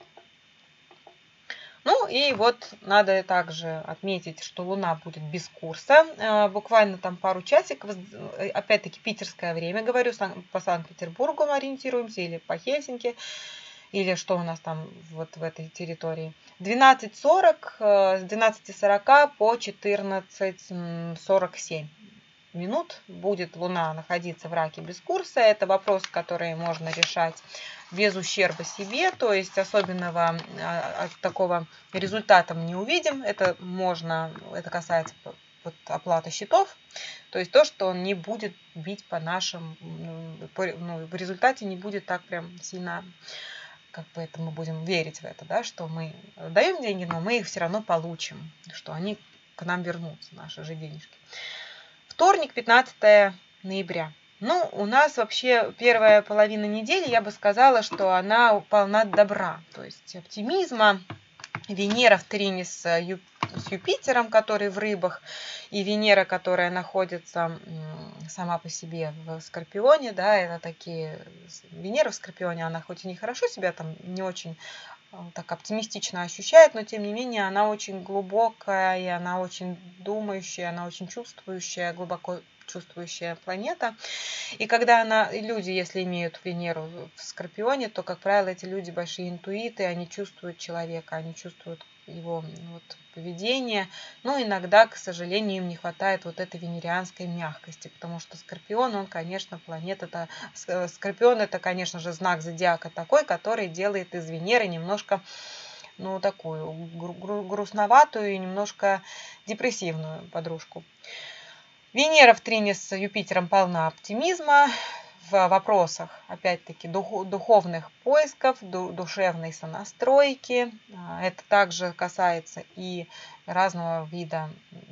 Ну и вот надо также отметить, что Луна будет без курса, буквально там пару часиков, опять-таки питерское время, говорю, по Санкт-Петербургу мы ориентируемся или по Хельсинки, или что у нас там вот в этой территории. 12:40, с 12:40 по 14:47 минут будет Луна находиться в Раке без курса. Это вопрос, который можно решать без ущерба себе, то есть особенного такого результата мы не увидим. Это касается оплаты счетов, то есть то, что он не будет бить по нашим, в результате не будет так прям сильно, как бы это мы будем верить в это, да, что мы даем деньги, но мы их все равно получим, что они к нам вернутся, наши же денежки. Вторник, 15 ноября. Ну, у нас вообще первая половина недели, я бы сказала, что она полна добра, то есть оптимизма. Венера в трине с Юпитером, который в рыбах, и Венера, которая находится сама по себе в Скорпионе, да, это такие... Венера в Скорпионе, она хоть и не хорошо себя там не очень так оптимистично ощущает, но тем не менее она очень глубокая, и она очень думающая, она очень чувствующая, глубоко чувствующая планета. И когда люди, если имеют Венеру в Скорпионе, то, как правило, эти люди большие интуиты, они чувствуют человека, они чувствуют его поведение. Но иногда, к сожалению, им не хватает вот этой венерианской мягкости, потому что Скорпион, он, конечно, Скорпион это, конечно же, знак зодиака такой, который делает из Венеры немножко, такую грустноватую и немножко депрессивную подружку. Венера в трине с Юпитером полна оптимизма. в вопросах, опять-таки, духовных поисков, душевной сонастройки. Это также касается и разного вида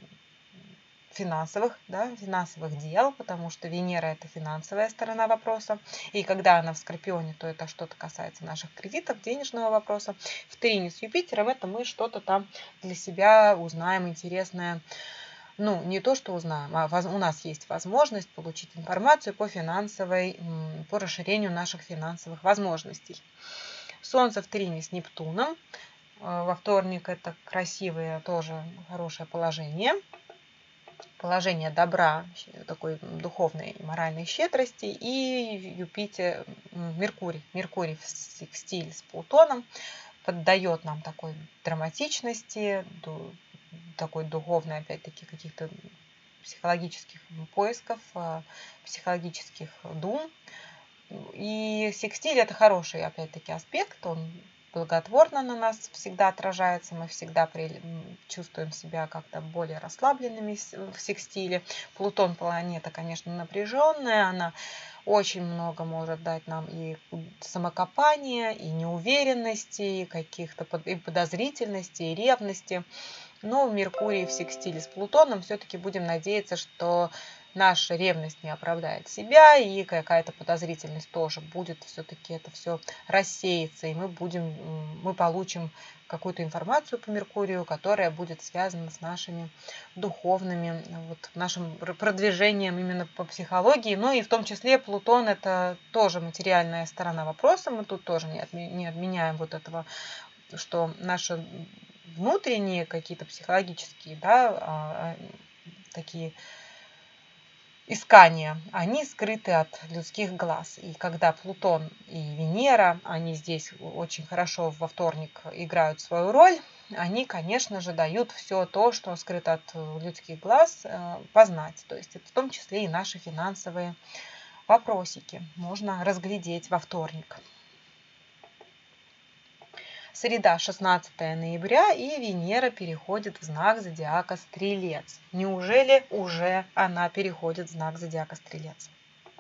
финансовых дел, потому что Венера – это финансовая сторона вопроса. И когда она в Скорпионе, то это что-то касается наших кредитов, денежного вопроса. В трине с Юпитером это мы что-то там для себя узнаем интересное. Ну, не то, что узнаем, а у нас есть возможность получить информацию по расширению наших финансовых возможностей. Солнце в трине с Нептуном. Во вторник это красивое, тоже хорошее положение. Положение добра, такой духовной и моральной щедрости, и Меркурий в секстиле с Плутоном поддает нам такой драматичности, такой духовной, опять-таки, каких-то психологических поисков, психологических дум. И секстиль – это хороший, опять-таки, аспект, он благотворно на нас всегда отражается, мы всегда чувствуем себя как-то более расслабленными в секстиле. Плутон планета, конечно, напряженная, она очень много может дать нам и самокопания, и неуверенности, и каких-то и подозрительности, и ревности. Но в Меркурии в секстиле с Плутоном все-таки будем надеяться, что наша ревность не оправдает себя, и какая-то подозрительность тоже будет, все-таки это все рассеется, и мы получим какую-то информацию по Меркурию, которая будет связана с нашими духовными, нашим продвижением именно по психологии. Ну и в том числе Плутон – это тоже материальная сторона вопроса, мы тут тоже не отменяем этого, что наши внутренние какие-то психологические, такие искания, они скрыты от людских глаз. И когда Плутон и Венера, они здесь очень хорошо во вторник играют свою роль, они, конечно же, дают все то, что скрыто от людских глаз, познать. То есть это в том числе и наши финансовые вопросики можно разглядеть во вторник. Среда, 16 ноября, и Венера переходит в знак зодиака Стрелец. Неужели уже она переходит в знак зодиака Стрелец?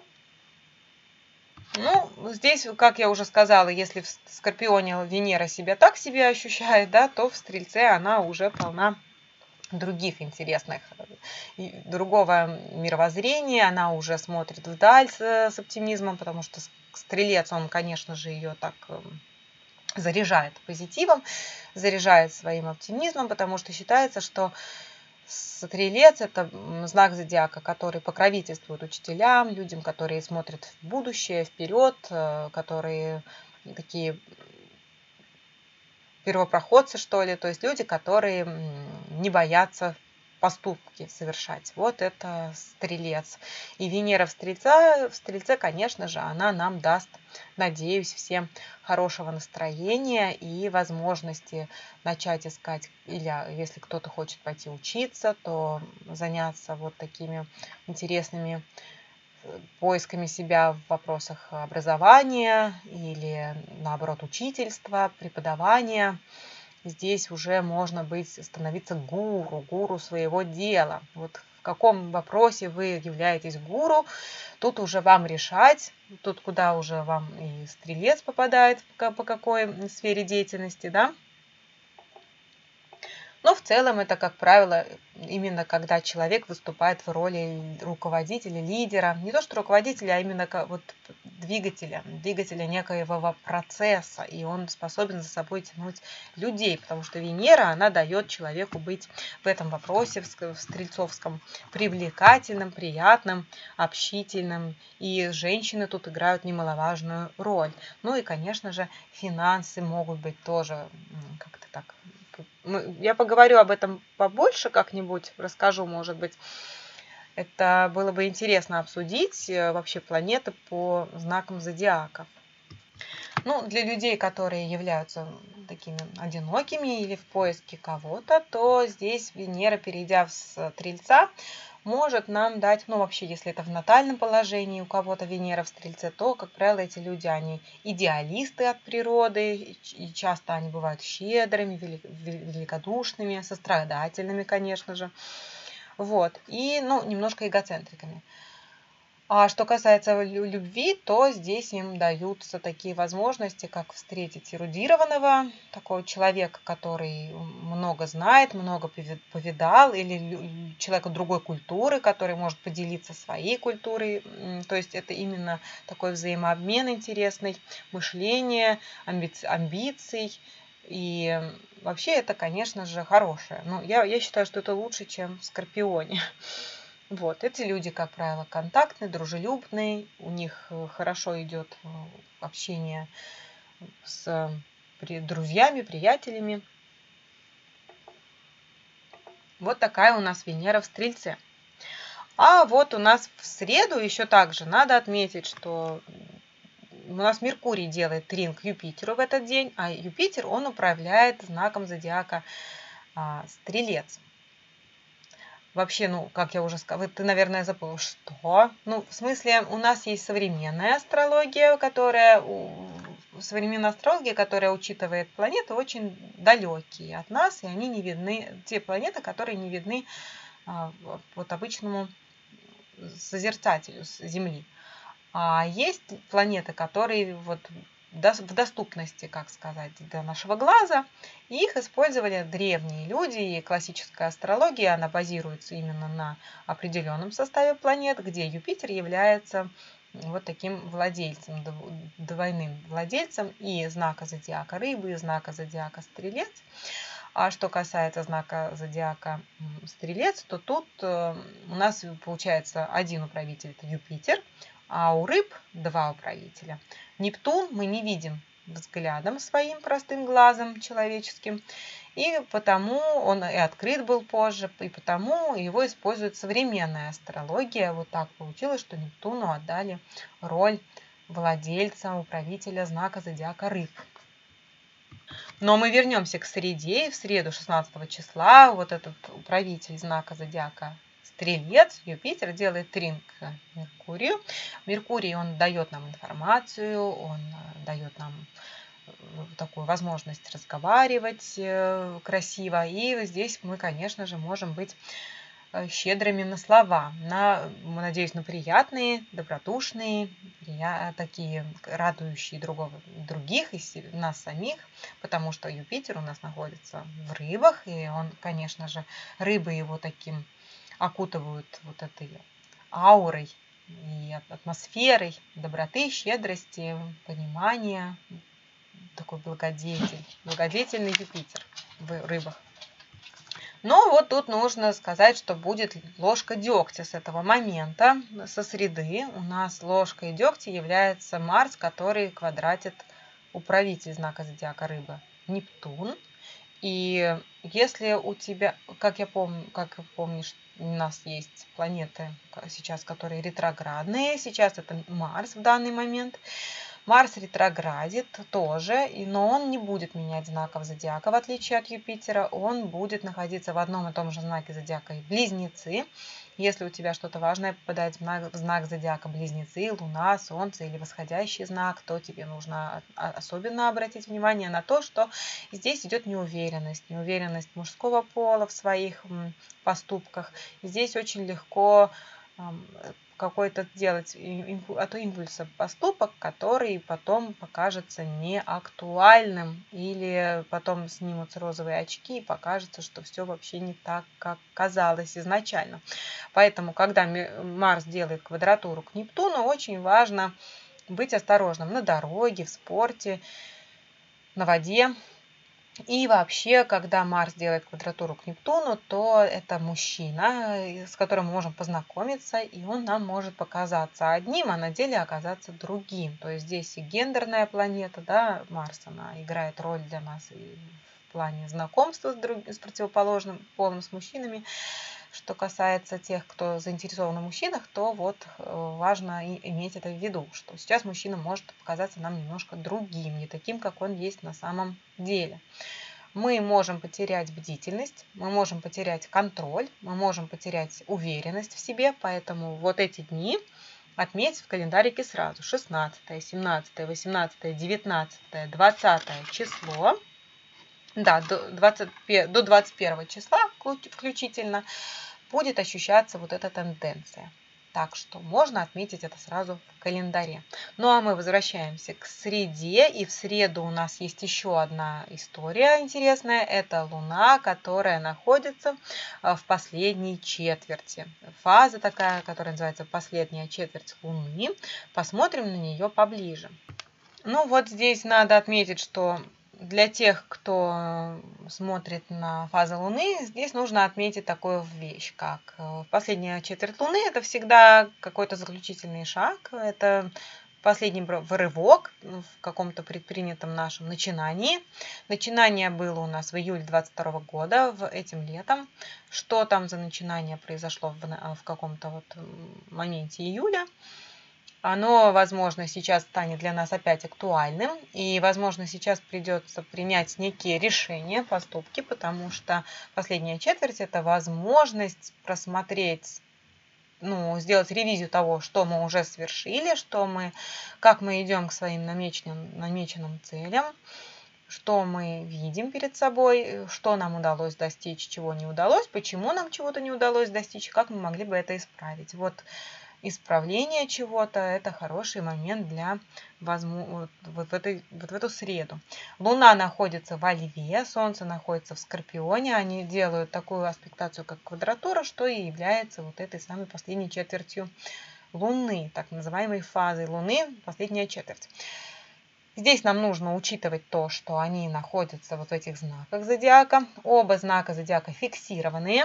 Ну, здесь, как я уже сказала, если в Скорпионе Венера себя так себе ощущает, то в Стрельце она уже полна других интересных, другого мировоззрения, она уже смотрит вдаль с оптимизмом, потому что Стрелец, он, конечно же, ее так заряжает позитивом, заряжает своим оптимизмом, потому что считается, что Стрелец – это знак зодиака, который покровительствует учителям, людям, которые смотрят в будущее, вперед, которые такие первопроходцы, что ли, то есть люди, которые не боятся поступки совершать. Вот это Стрелец. И Венера в Стрельце, конечно же, она нам даст, надеюсь, всем хорошего настроения и возможности начать искать, или если кто-то хочет пойти учиться, то заняться такими интересными поисками себя в вопросах образования или, наоборот, учительства, преподавания. Здесь уже можно становиться гуру своего дела. Вот в каком вопросе вы являетесь гуру, тут уже вам решать, тут куда уже вам и Стрелец попадает, по какой сфере деятельности, Но в целом это, как правило, именно когда человек выступает в роли руководителя, лидера. Не то что руководителя, а именно двигателя некоего процесса. И он способен за собой тянуть людей, потому что Венера, она дает человеку быть в этом вопросе, в стрельцовском, привлекательным, приятным, общительным. И женщины тут играют немаловажную роль. Ну и, конечно же, финансы могут быть тоже как-то так. Я поговорю об этом побольше как-нибудь, расскажу, может быть. Это было бы интересно обсудить вообще планеты по знакам зодиака. Ну, для людей, которые являются такими одинокими или в поиске кого-то, то здесь Венера, перейдя в Стрельца, может нам дать, вообще, если это в натальном положении у кого-то Венера в Стрельце, то, как правило, эти люди, они идеалисты от природы, и часто они бывают щедрыми, великодушными, сострадательными, конечно же, и, немножко эгоцентриками. А что касается любви, то здесь им даются такие возможности, как встретить эрудированного, такого человека, который много знает, много повидал, или человека другой культуры, который может поделиться своей культурой. То есть это именно такой взаимообмен интересный, мышление, амбиций. И вообще это, конечно же, хорошее. Но я считаю, что это лучше, чем в Скорпионе. Вот, эти люди, как правило, контактные, дружелюбные, у них хорошо идет общение с друзьями, приятелями. Вот такая у нас Венера в Стрельце. А вот у нас в среду еще также надо отметить, что у нас Меркурий делает трин к Юпитеру в этот день, а Юпитер, он управляет знаком зодиака Стрелец. Вообще, ну, как я уже сказала, ты, наверное, забыла, что? Ну, в смысле, у нас есть современная астрология, которая учитывает планеты очень далекие от нас, и они не видны, те планеты, которые не видны вот обычному созерцателю с Земли. А есть планеты, которые вот в доступности, как сказать, для нашего глаза. И их использовали древние люди, и классическая астрология, она базируется именно на определенном составе планет, где Юпитер является вот таким владельцем, двойным владельцем и знака зодиака Рыбы, и знака зодиака Стрелец. А что касается знака зодиака Стрелец, то тут у нас получается один управитель – это Юпитер, а у рыб два управителя. Нептун мы не видим взглядом своим простым глазом человеческим, и потому он и открыт был позже, и потому его использует современная астрология. Вот так получилось, что Нептуну отдали роль владельца, управителя знака зодиака Рыб. Но мы вернемся к среде, и в среду 16 числа вот этот управитель знака зодиака Стрелец, Юпитер, делает трин к Меркурию. Меркурий, он дает нам информацию, он дает нам такую возможность разговаривать красиво. И здесь мы, конечно же, можем быть щедрыми на слова, надеюсь, на приятные, добродушные, такие радующие других и нас самих, потому что Юпитер у нас находится в рыбах, и он, конечно же, рыбы его таким окутывают вот этой аурой и атмосферой доброты, щедрости, понимания, такой благодетельный Юпитер в рыбах. Но вот тут нужно сказать, что будет ложка дегтя с этого момента, со среды. У нас ложкой дегтя является Марс, который квадратит управитель знака зодиака Рыбы Нептун. И если у тебя, как помнишь, у нас есть планеты сейчас, которые ретроградные. Сейчас это Марс в данный момент. Марс ретроградит тоже, но он не будет менять знаков зодиака, в отличие от Юпитера. Он будет находиться в одном и том же знаке зодиака и Близнецы. Если у тебя что-то важное попадает в знак зодиака Близнецы, Луна, Солнце или восходящий знак, то тебе нужно особенно обратить внимание на то, что здесь идет неуверенность мужского пола в своих поступках. Здесь очень легко какой-то делать от импульса поступок, который потом покажется неактуальным, или потом снимутся розовые очки и покажется, что все вообще не так, как казалось изначально. Поэтому, когда Марс делает квадратуру к Нептуну, очень важно быть осторожным на дороге, в спорте, на воде. И вообще, когда Марс делает квадратуру к Нептуну, то это мужчина, с которым мы можем познакомиться, и он нам может показаться одним, а на деле оказаться другим. То есть здесь и гендерная планета, да, Марс, она играет роль для нас и в плане знакомства с противоположным полом, с мужчинами. Что касается тех, кто заинтересован в мужчинах, то вот важно иметь это в виду, что сейчас мужчина может показаться нам немножко другим, не таким, как он есть на самом деле. Мы можем потерять бдительность, мы можем потерять контроль, мы можем потерять уверенность в себе, поэтому вот эти дни отметь в календарике сразу. 16, 17, 18, 19, 20 число. Да, до 21 числа включительно будет ощущаться вот эта тенденция. Так что можно отметить это сразу в календаре. Ну а мы возвращаемся к среде. И в среду у нас есть еще одна история интересная. Это Луна, которая находится в последней четверти. Фаза такая, которая называется последняя четверть Луны. Посмотрим на нее поближе. Ну вот здесь надо отметить, что для тех, кто смотрит на фазы Луны, здесь нужно отметить такую вещь, как последняя четверть Луны – это всегда какой-то заключительный шаг, это последний рывок в каком-то предпринятом нашем начинании. Начинание было у нас в июле 2022 года, этим летом. Что там за начинание произошло в каком-то вот моменте июля? Оно, возможно, сейчас станет для нас опять актуальным, и, возможно, сейчас придется принять некие решения, поступки, потому что последняя четверть – это возможность просмотреть, сделать ревизию того, что мы уже совершили, как мы идем к своим намеченным целям, что мы видим перед собой, что нам удалось достичь, чего не удалось, почему нам чего-то не удалось достичь, как мы могли бы это исправить. Вот исправление чего-то – это хороший момент для вот в эту среду. Луна находится во Льве, Солнце находится в Скорпионе. Они делают такую аспектацию, как квадратура, что и является вот этой самой последней четвертью Луны, так называемой фазой Луны, последняя четверть. Здесь нам нужно учитывать то, что они находятся вот в этих знаках зодиака. Оба знака зодиака фиксированные.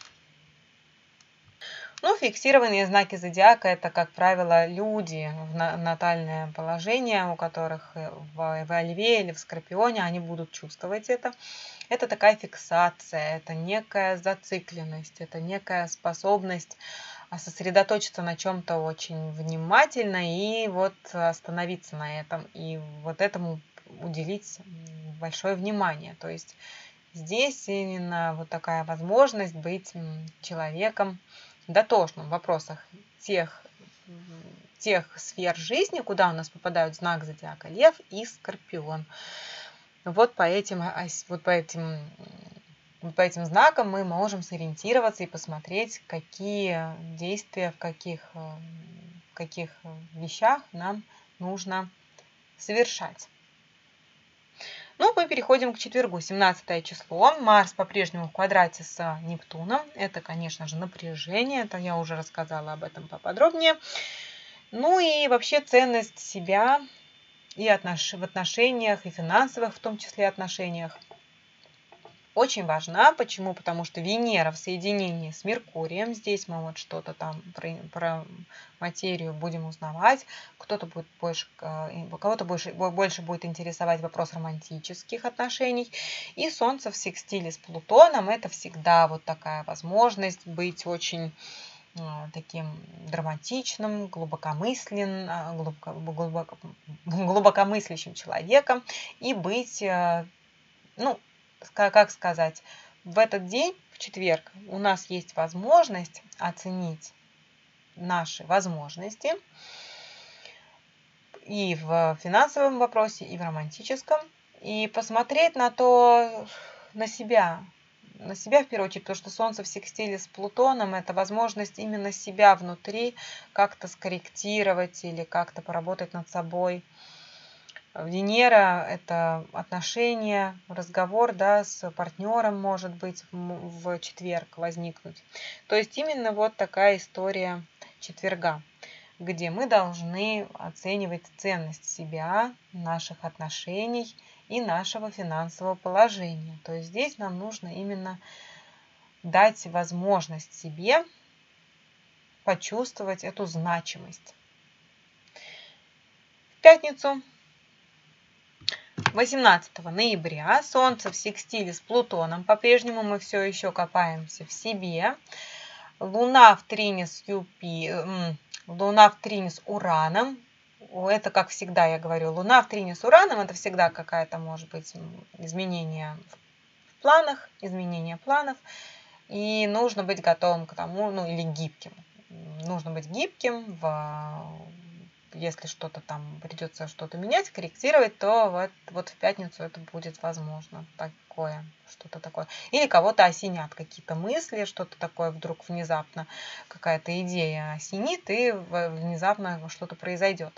Фиксированные знаки зодиака – это, как правило, люди в натальное положение, у которых во Льве или в Скорпионе, они будут чувствовать это. Это такая фиксация, это некая зацикленность, это некая способность сосредоточиться на чем-то очень внимательно и вот остановиться на этом, и вот этому уделить большое внимание. То есть здесь именно вот такая возможность быть человеком дотошным в вопросах тех сфер жизни, куда у нас попадают знак зодиака Лев и Скорпион. Вот по этим знакам мы можем сориентироваться и посмотреть, какие действия, в каких вещах нам нужно совершать. Мы переходим к четвергу, 17 число. Марс по-прежнему в квадрате с Нептуном. Это, конечно же, напряжение. Это я уже рассказала об этом поподробнее. И вообще ценность себя и в отношениях, и финансовых в том числе отношениях очень важна. Почему? Потому что Венера в соединении с Меркурием. Здесь мы вот что-то там про материю будем узнавать. Кого-то больше будет интересовать вопрос романтических отношений. И Солнце в секстиле с Плутоном – это всегда вот такая возможность быть очень таким драматичным, глубокомыслящим человеком и быть, как сказать, в этот день, в четверг, у нас есть возможность оценить наши возможности и в финансовом вопросе, и в романтическом, и посмотреть на себя в первую очередь, потому что Солнце в секстиле с Плутоном – это возможность именно себя внутри как-то скорректировать или как-то поработать над собой. Венера – это отношения, разговор, с партнером, может быть, в четверг возникнуть. То есть именно вот такая история четверга, где мы должны оценивать ценность себя, наших отношений и нашего финансового положения. То есть здесь нам нужно именно дать возможность себе почувствовать эту значимость. В пятницу, 18 ноября, Солнце в секстиле с Плутоном. По-прежнему мы все еще копаемся в себе. Луна в трине с Ураном. Это, как всегда, я говорю, Луна в трине с Ураном – это всегда какая-то, может быть, изменение в планах, изменение планов. И нужно быть готовым к тому, или гибким. Нужно быть гибким в если что-то там придется что-то менять, корректировать, то вот в пятницу это будет возможно. Такое, что-то такое. Или кого-то осенят какие-то мысли, что-то такое вдруг внезапно, какая-то идея осенит, и внезапно что-то произойдет.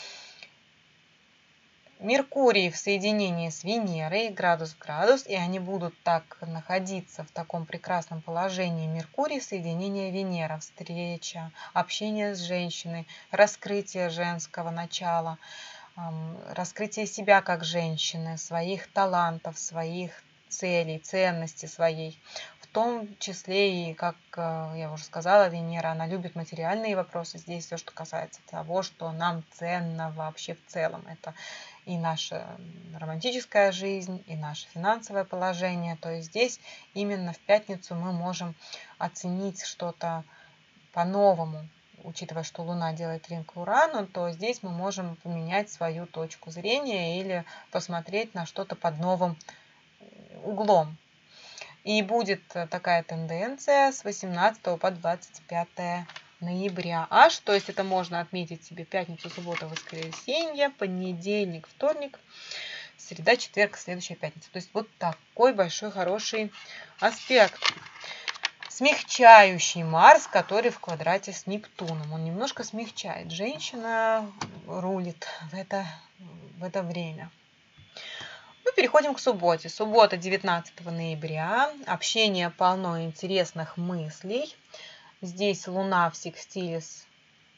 Меркурий в соединении с Венерой, градус в градус, и они будут так находиться в таком прекрасном положении. Меркурий, соединение Венера, встреча, общение с женщиной, раскрытие женского начала, раскрытие себя как женщины, своих талантов, своих целей, ценностей своей. В том числе и, как я уже сказала, Венера, она любит материальные вопросы. Здесь все, что касается того, что нам ценно вообще в целом. Это и наша романтическая жизнь, и наше финансовое положение. То есть здесь именно в пятницу мы можем оценить что-то по-новому. Учитывая, что Луна делает трин к Урану, то здесь мы можем поменять свою точку зрения или посмотреть на что-то под новым углом. И будет такая тенденция с 18 по 25 ноября. То есть это можно отметить себе пятницу, субботу, воскресенье, понедельник, вторник, среда, четверг, следующая пятница. То есть вот такой большой хороший аспект. Смягчающий Марс, который в квадрате с Нептуном. Он немножко смягчает. Женщина рулит в это время. Мы переходим к субботе. Суббота, 19 ноября. Общение полно интересных мыслей. Здесь Луна в секстиле с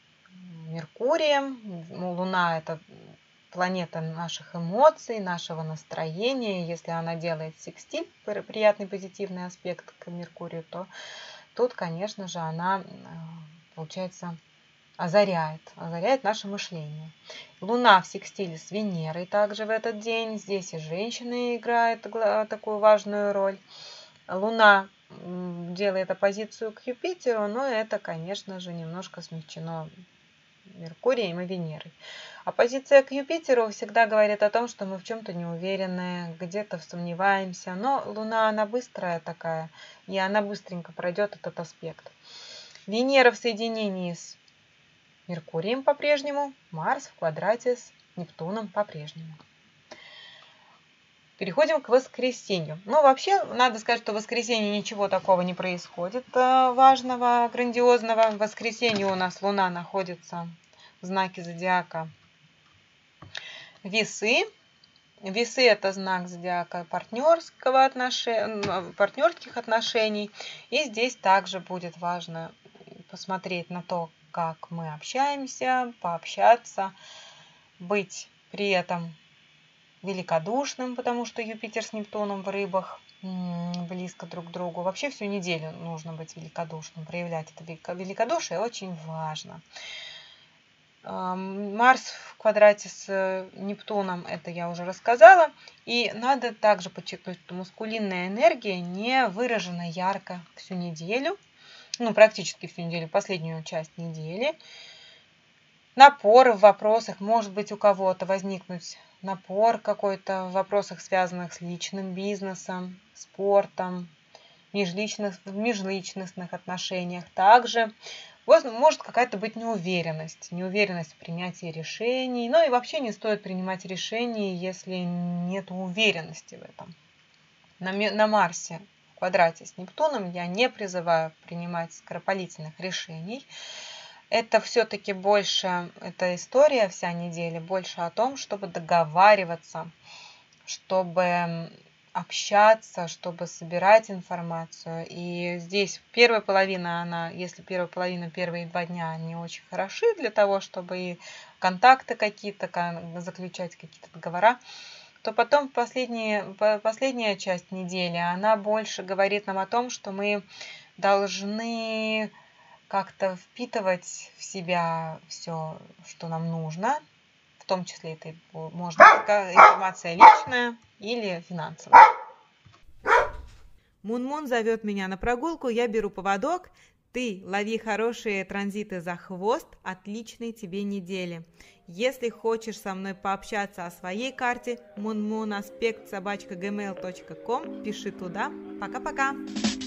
Меркурием. Луна – это планета наших эмоций, нашего настроения. Если она делает секстиль, приятный позитивный аспект к Меркурию, то тут, конечно же, она, получается, озаряет наше мышление. Луна в секстиле с Венерой также в этот день. Здесь и женщина играет такую важную роль. Луна делает оппозицию к Юпитеру, но это, конечно же, немножко смягчено Меркурием и Венерой. Оппозиция к Юпитеру всегда говорит о том, что мы в чем-то не уверены, где-то сомневаемся, но Луна, она быстрая такая, и она быстренько пройдет этот аспект. Венера в соединении с Меркурием по-прежнему, Марс в квадрате с Нептуном по-прежнему. Переходим к воскресенью. Вообще, надо сказать, что в воскресенье ничего такого не происходит важного, грандиозного. В воскресенье у нас Луна находится в знаке зодиака Весы. Весы – это знак зодиака партнерских отношений. И здесь также будет важно посмотреть на то, как мы общаемся, пообщаться, быть при этом великодушным, потому что Юпитер с Нептуном в рыбах близко друг к другу. Вообще всю неделю нужно быть великодушным, проявлять это великодушие очень важно. Марс в квадрате с Нептуном, это я уже рассказала. И надо также подчеркнуть, что маскулинная энергия не выражена ярко всю неделю, практически всю неделю, последнюю часть недели. Напор в вопросах, может быть, у кого-то возникнуть напор какой-то в вопросах, связанных с личным бизнесом, спортом, в межличностных отношениях. Также может какая-то быть неуверенность в принятии решений. И вообще не стоит принимать решения, если нет уверенности в этом. На Марсе в квадрате с Нептуном я не призываю принимать скоропалительных решений. Это все-таки больше, эта история вся неделя больше о том, чтобы договариваться, чтобы общаться, чтобы собирать информацию. И здесь первая половина, первые 2 дня, они очень хороши для того, чтобы и контакты какие-то, заключать какие-то договора, то потом последняя часть недели, она больше говорит нам о том, что мы должны как-то впитывать в себя все, что нам нужно, в том числе это может быть информация личная или финансовая. Мун-Мун зовет меня на прогулку, я беру поводок. Ты лови хорошие транзиты за хвост, отличной тебе недели. Если хочешь со мной пообщаться о своей карте, moonmoonaspect@gmail.com, пиши туда. Пока-пока!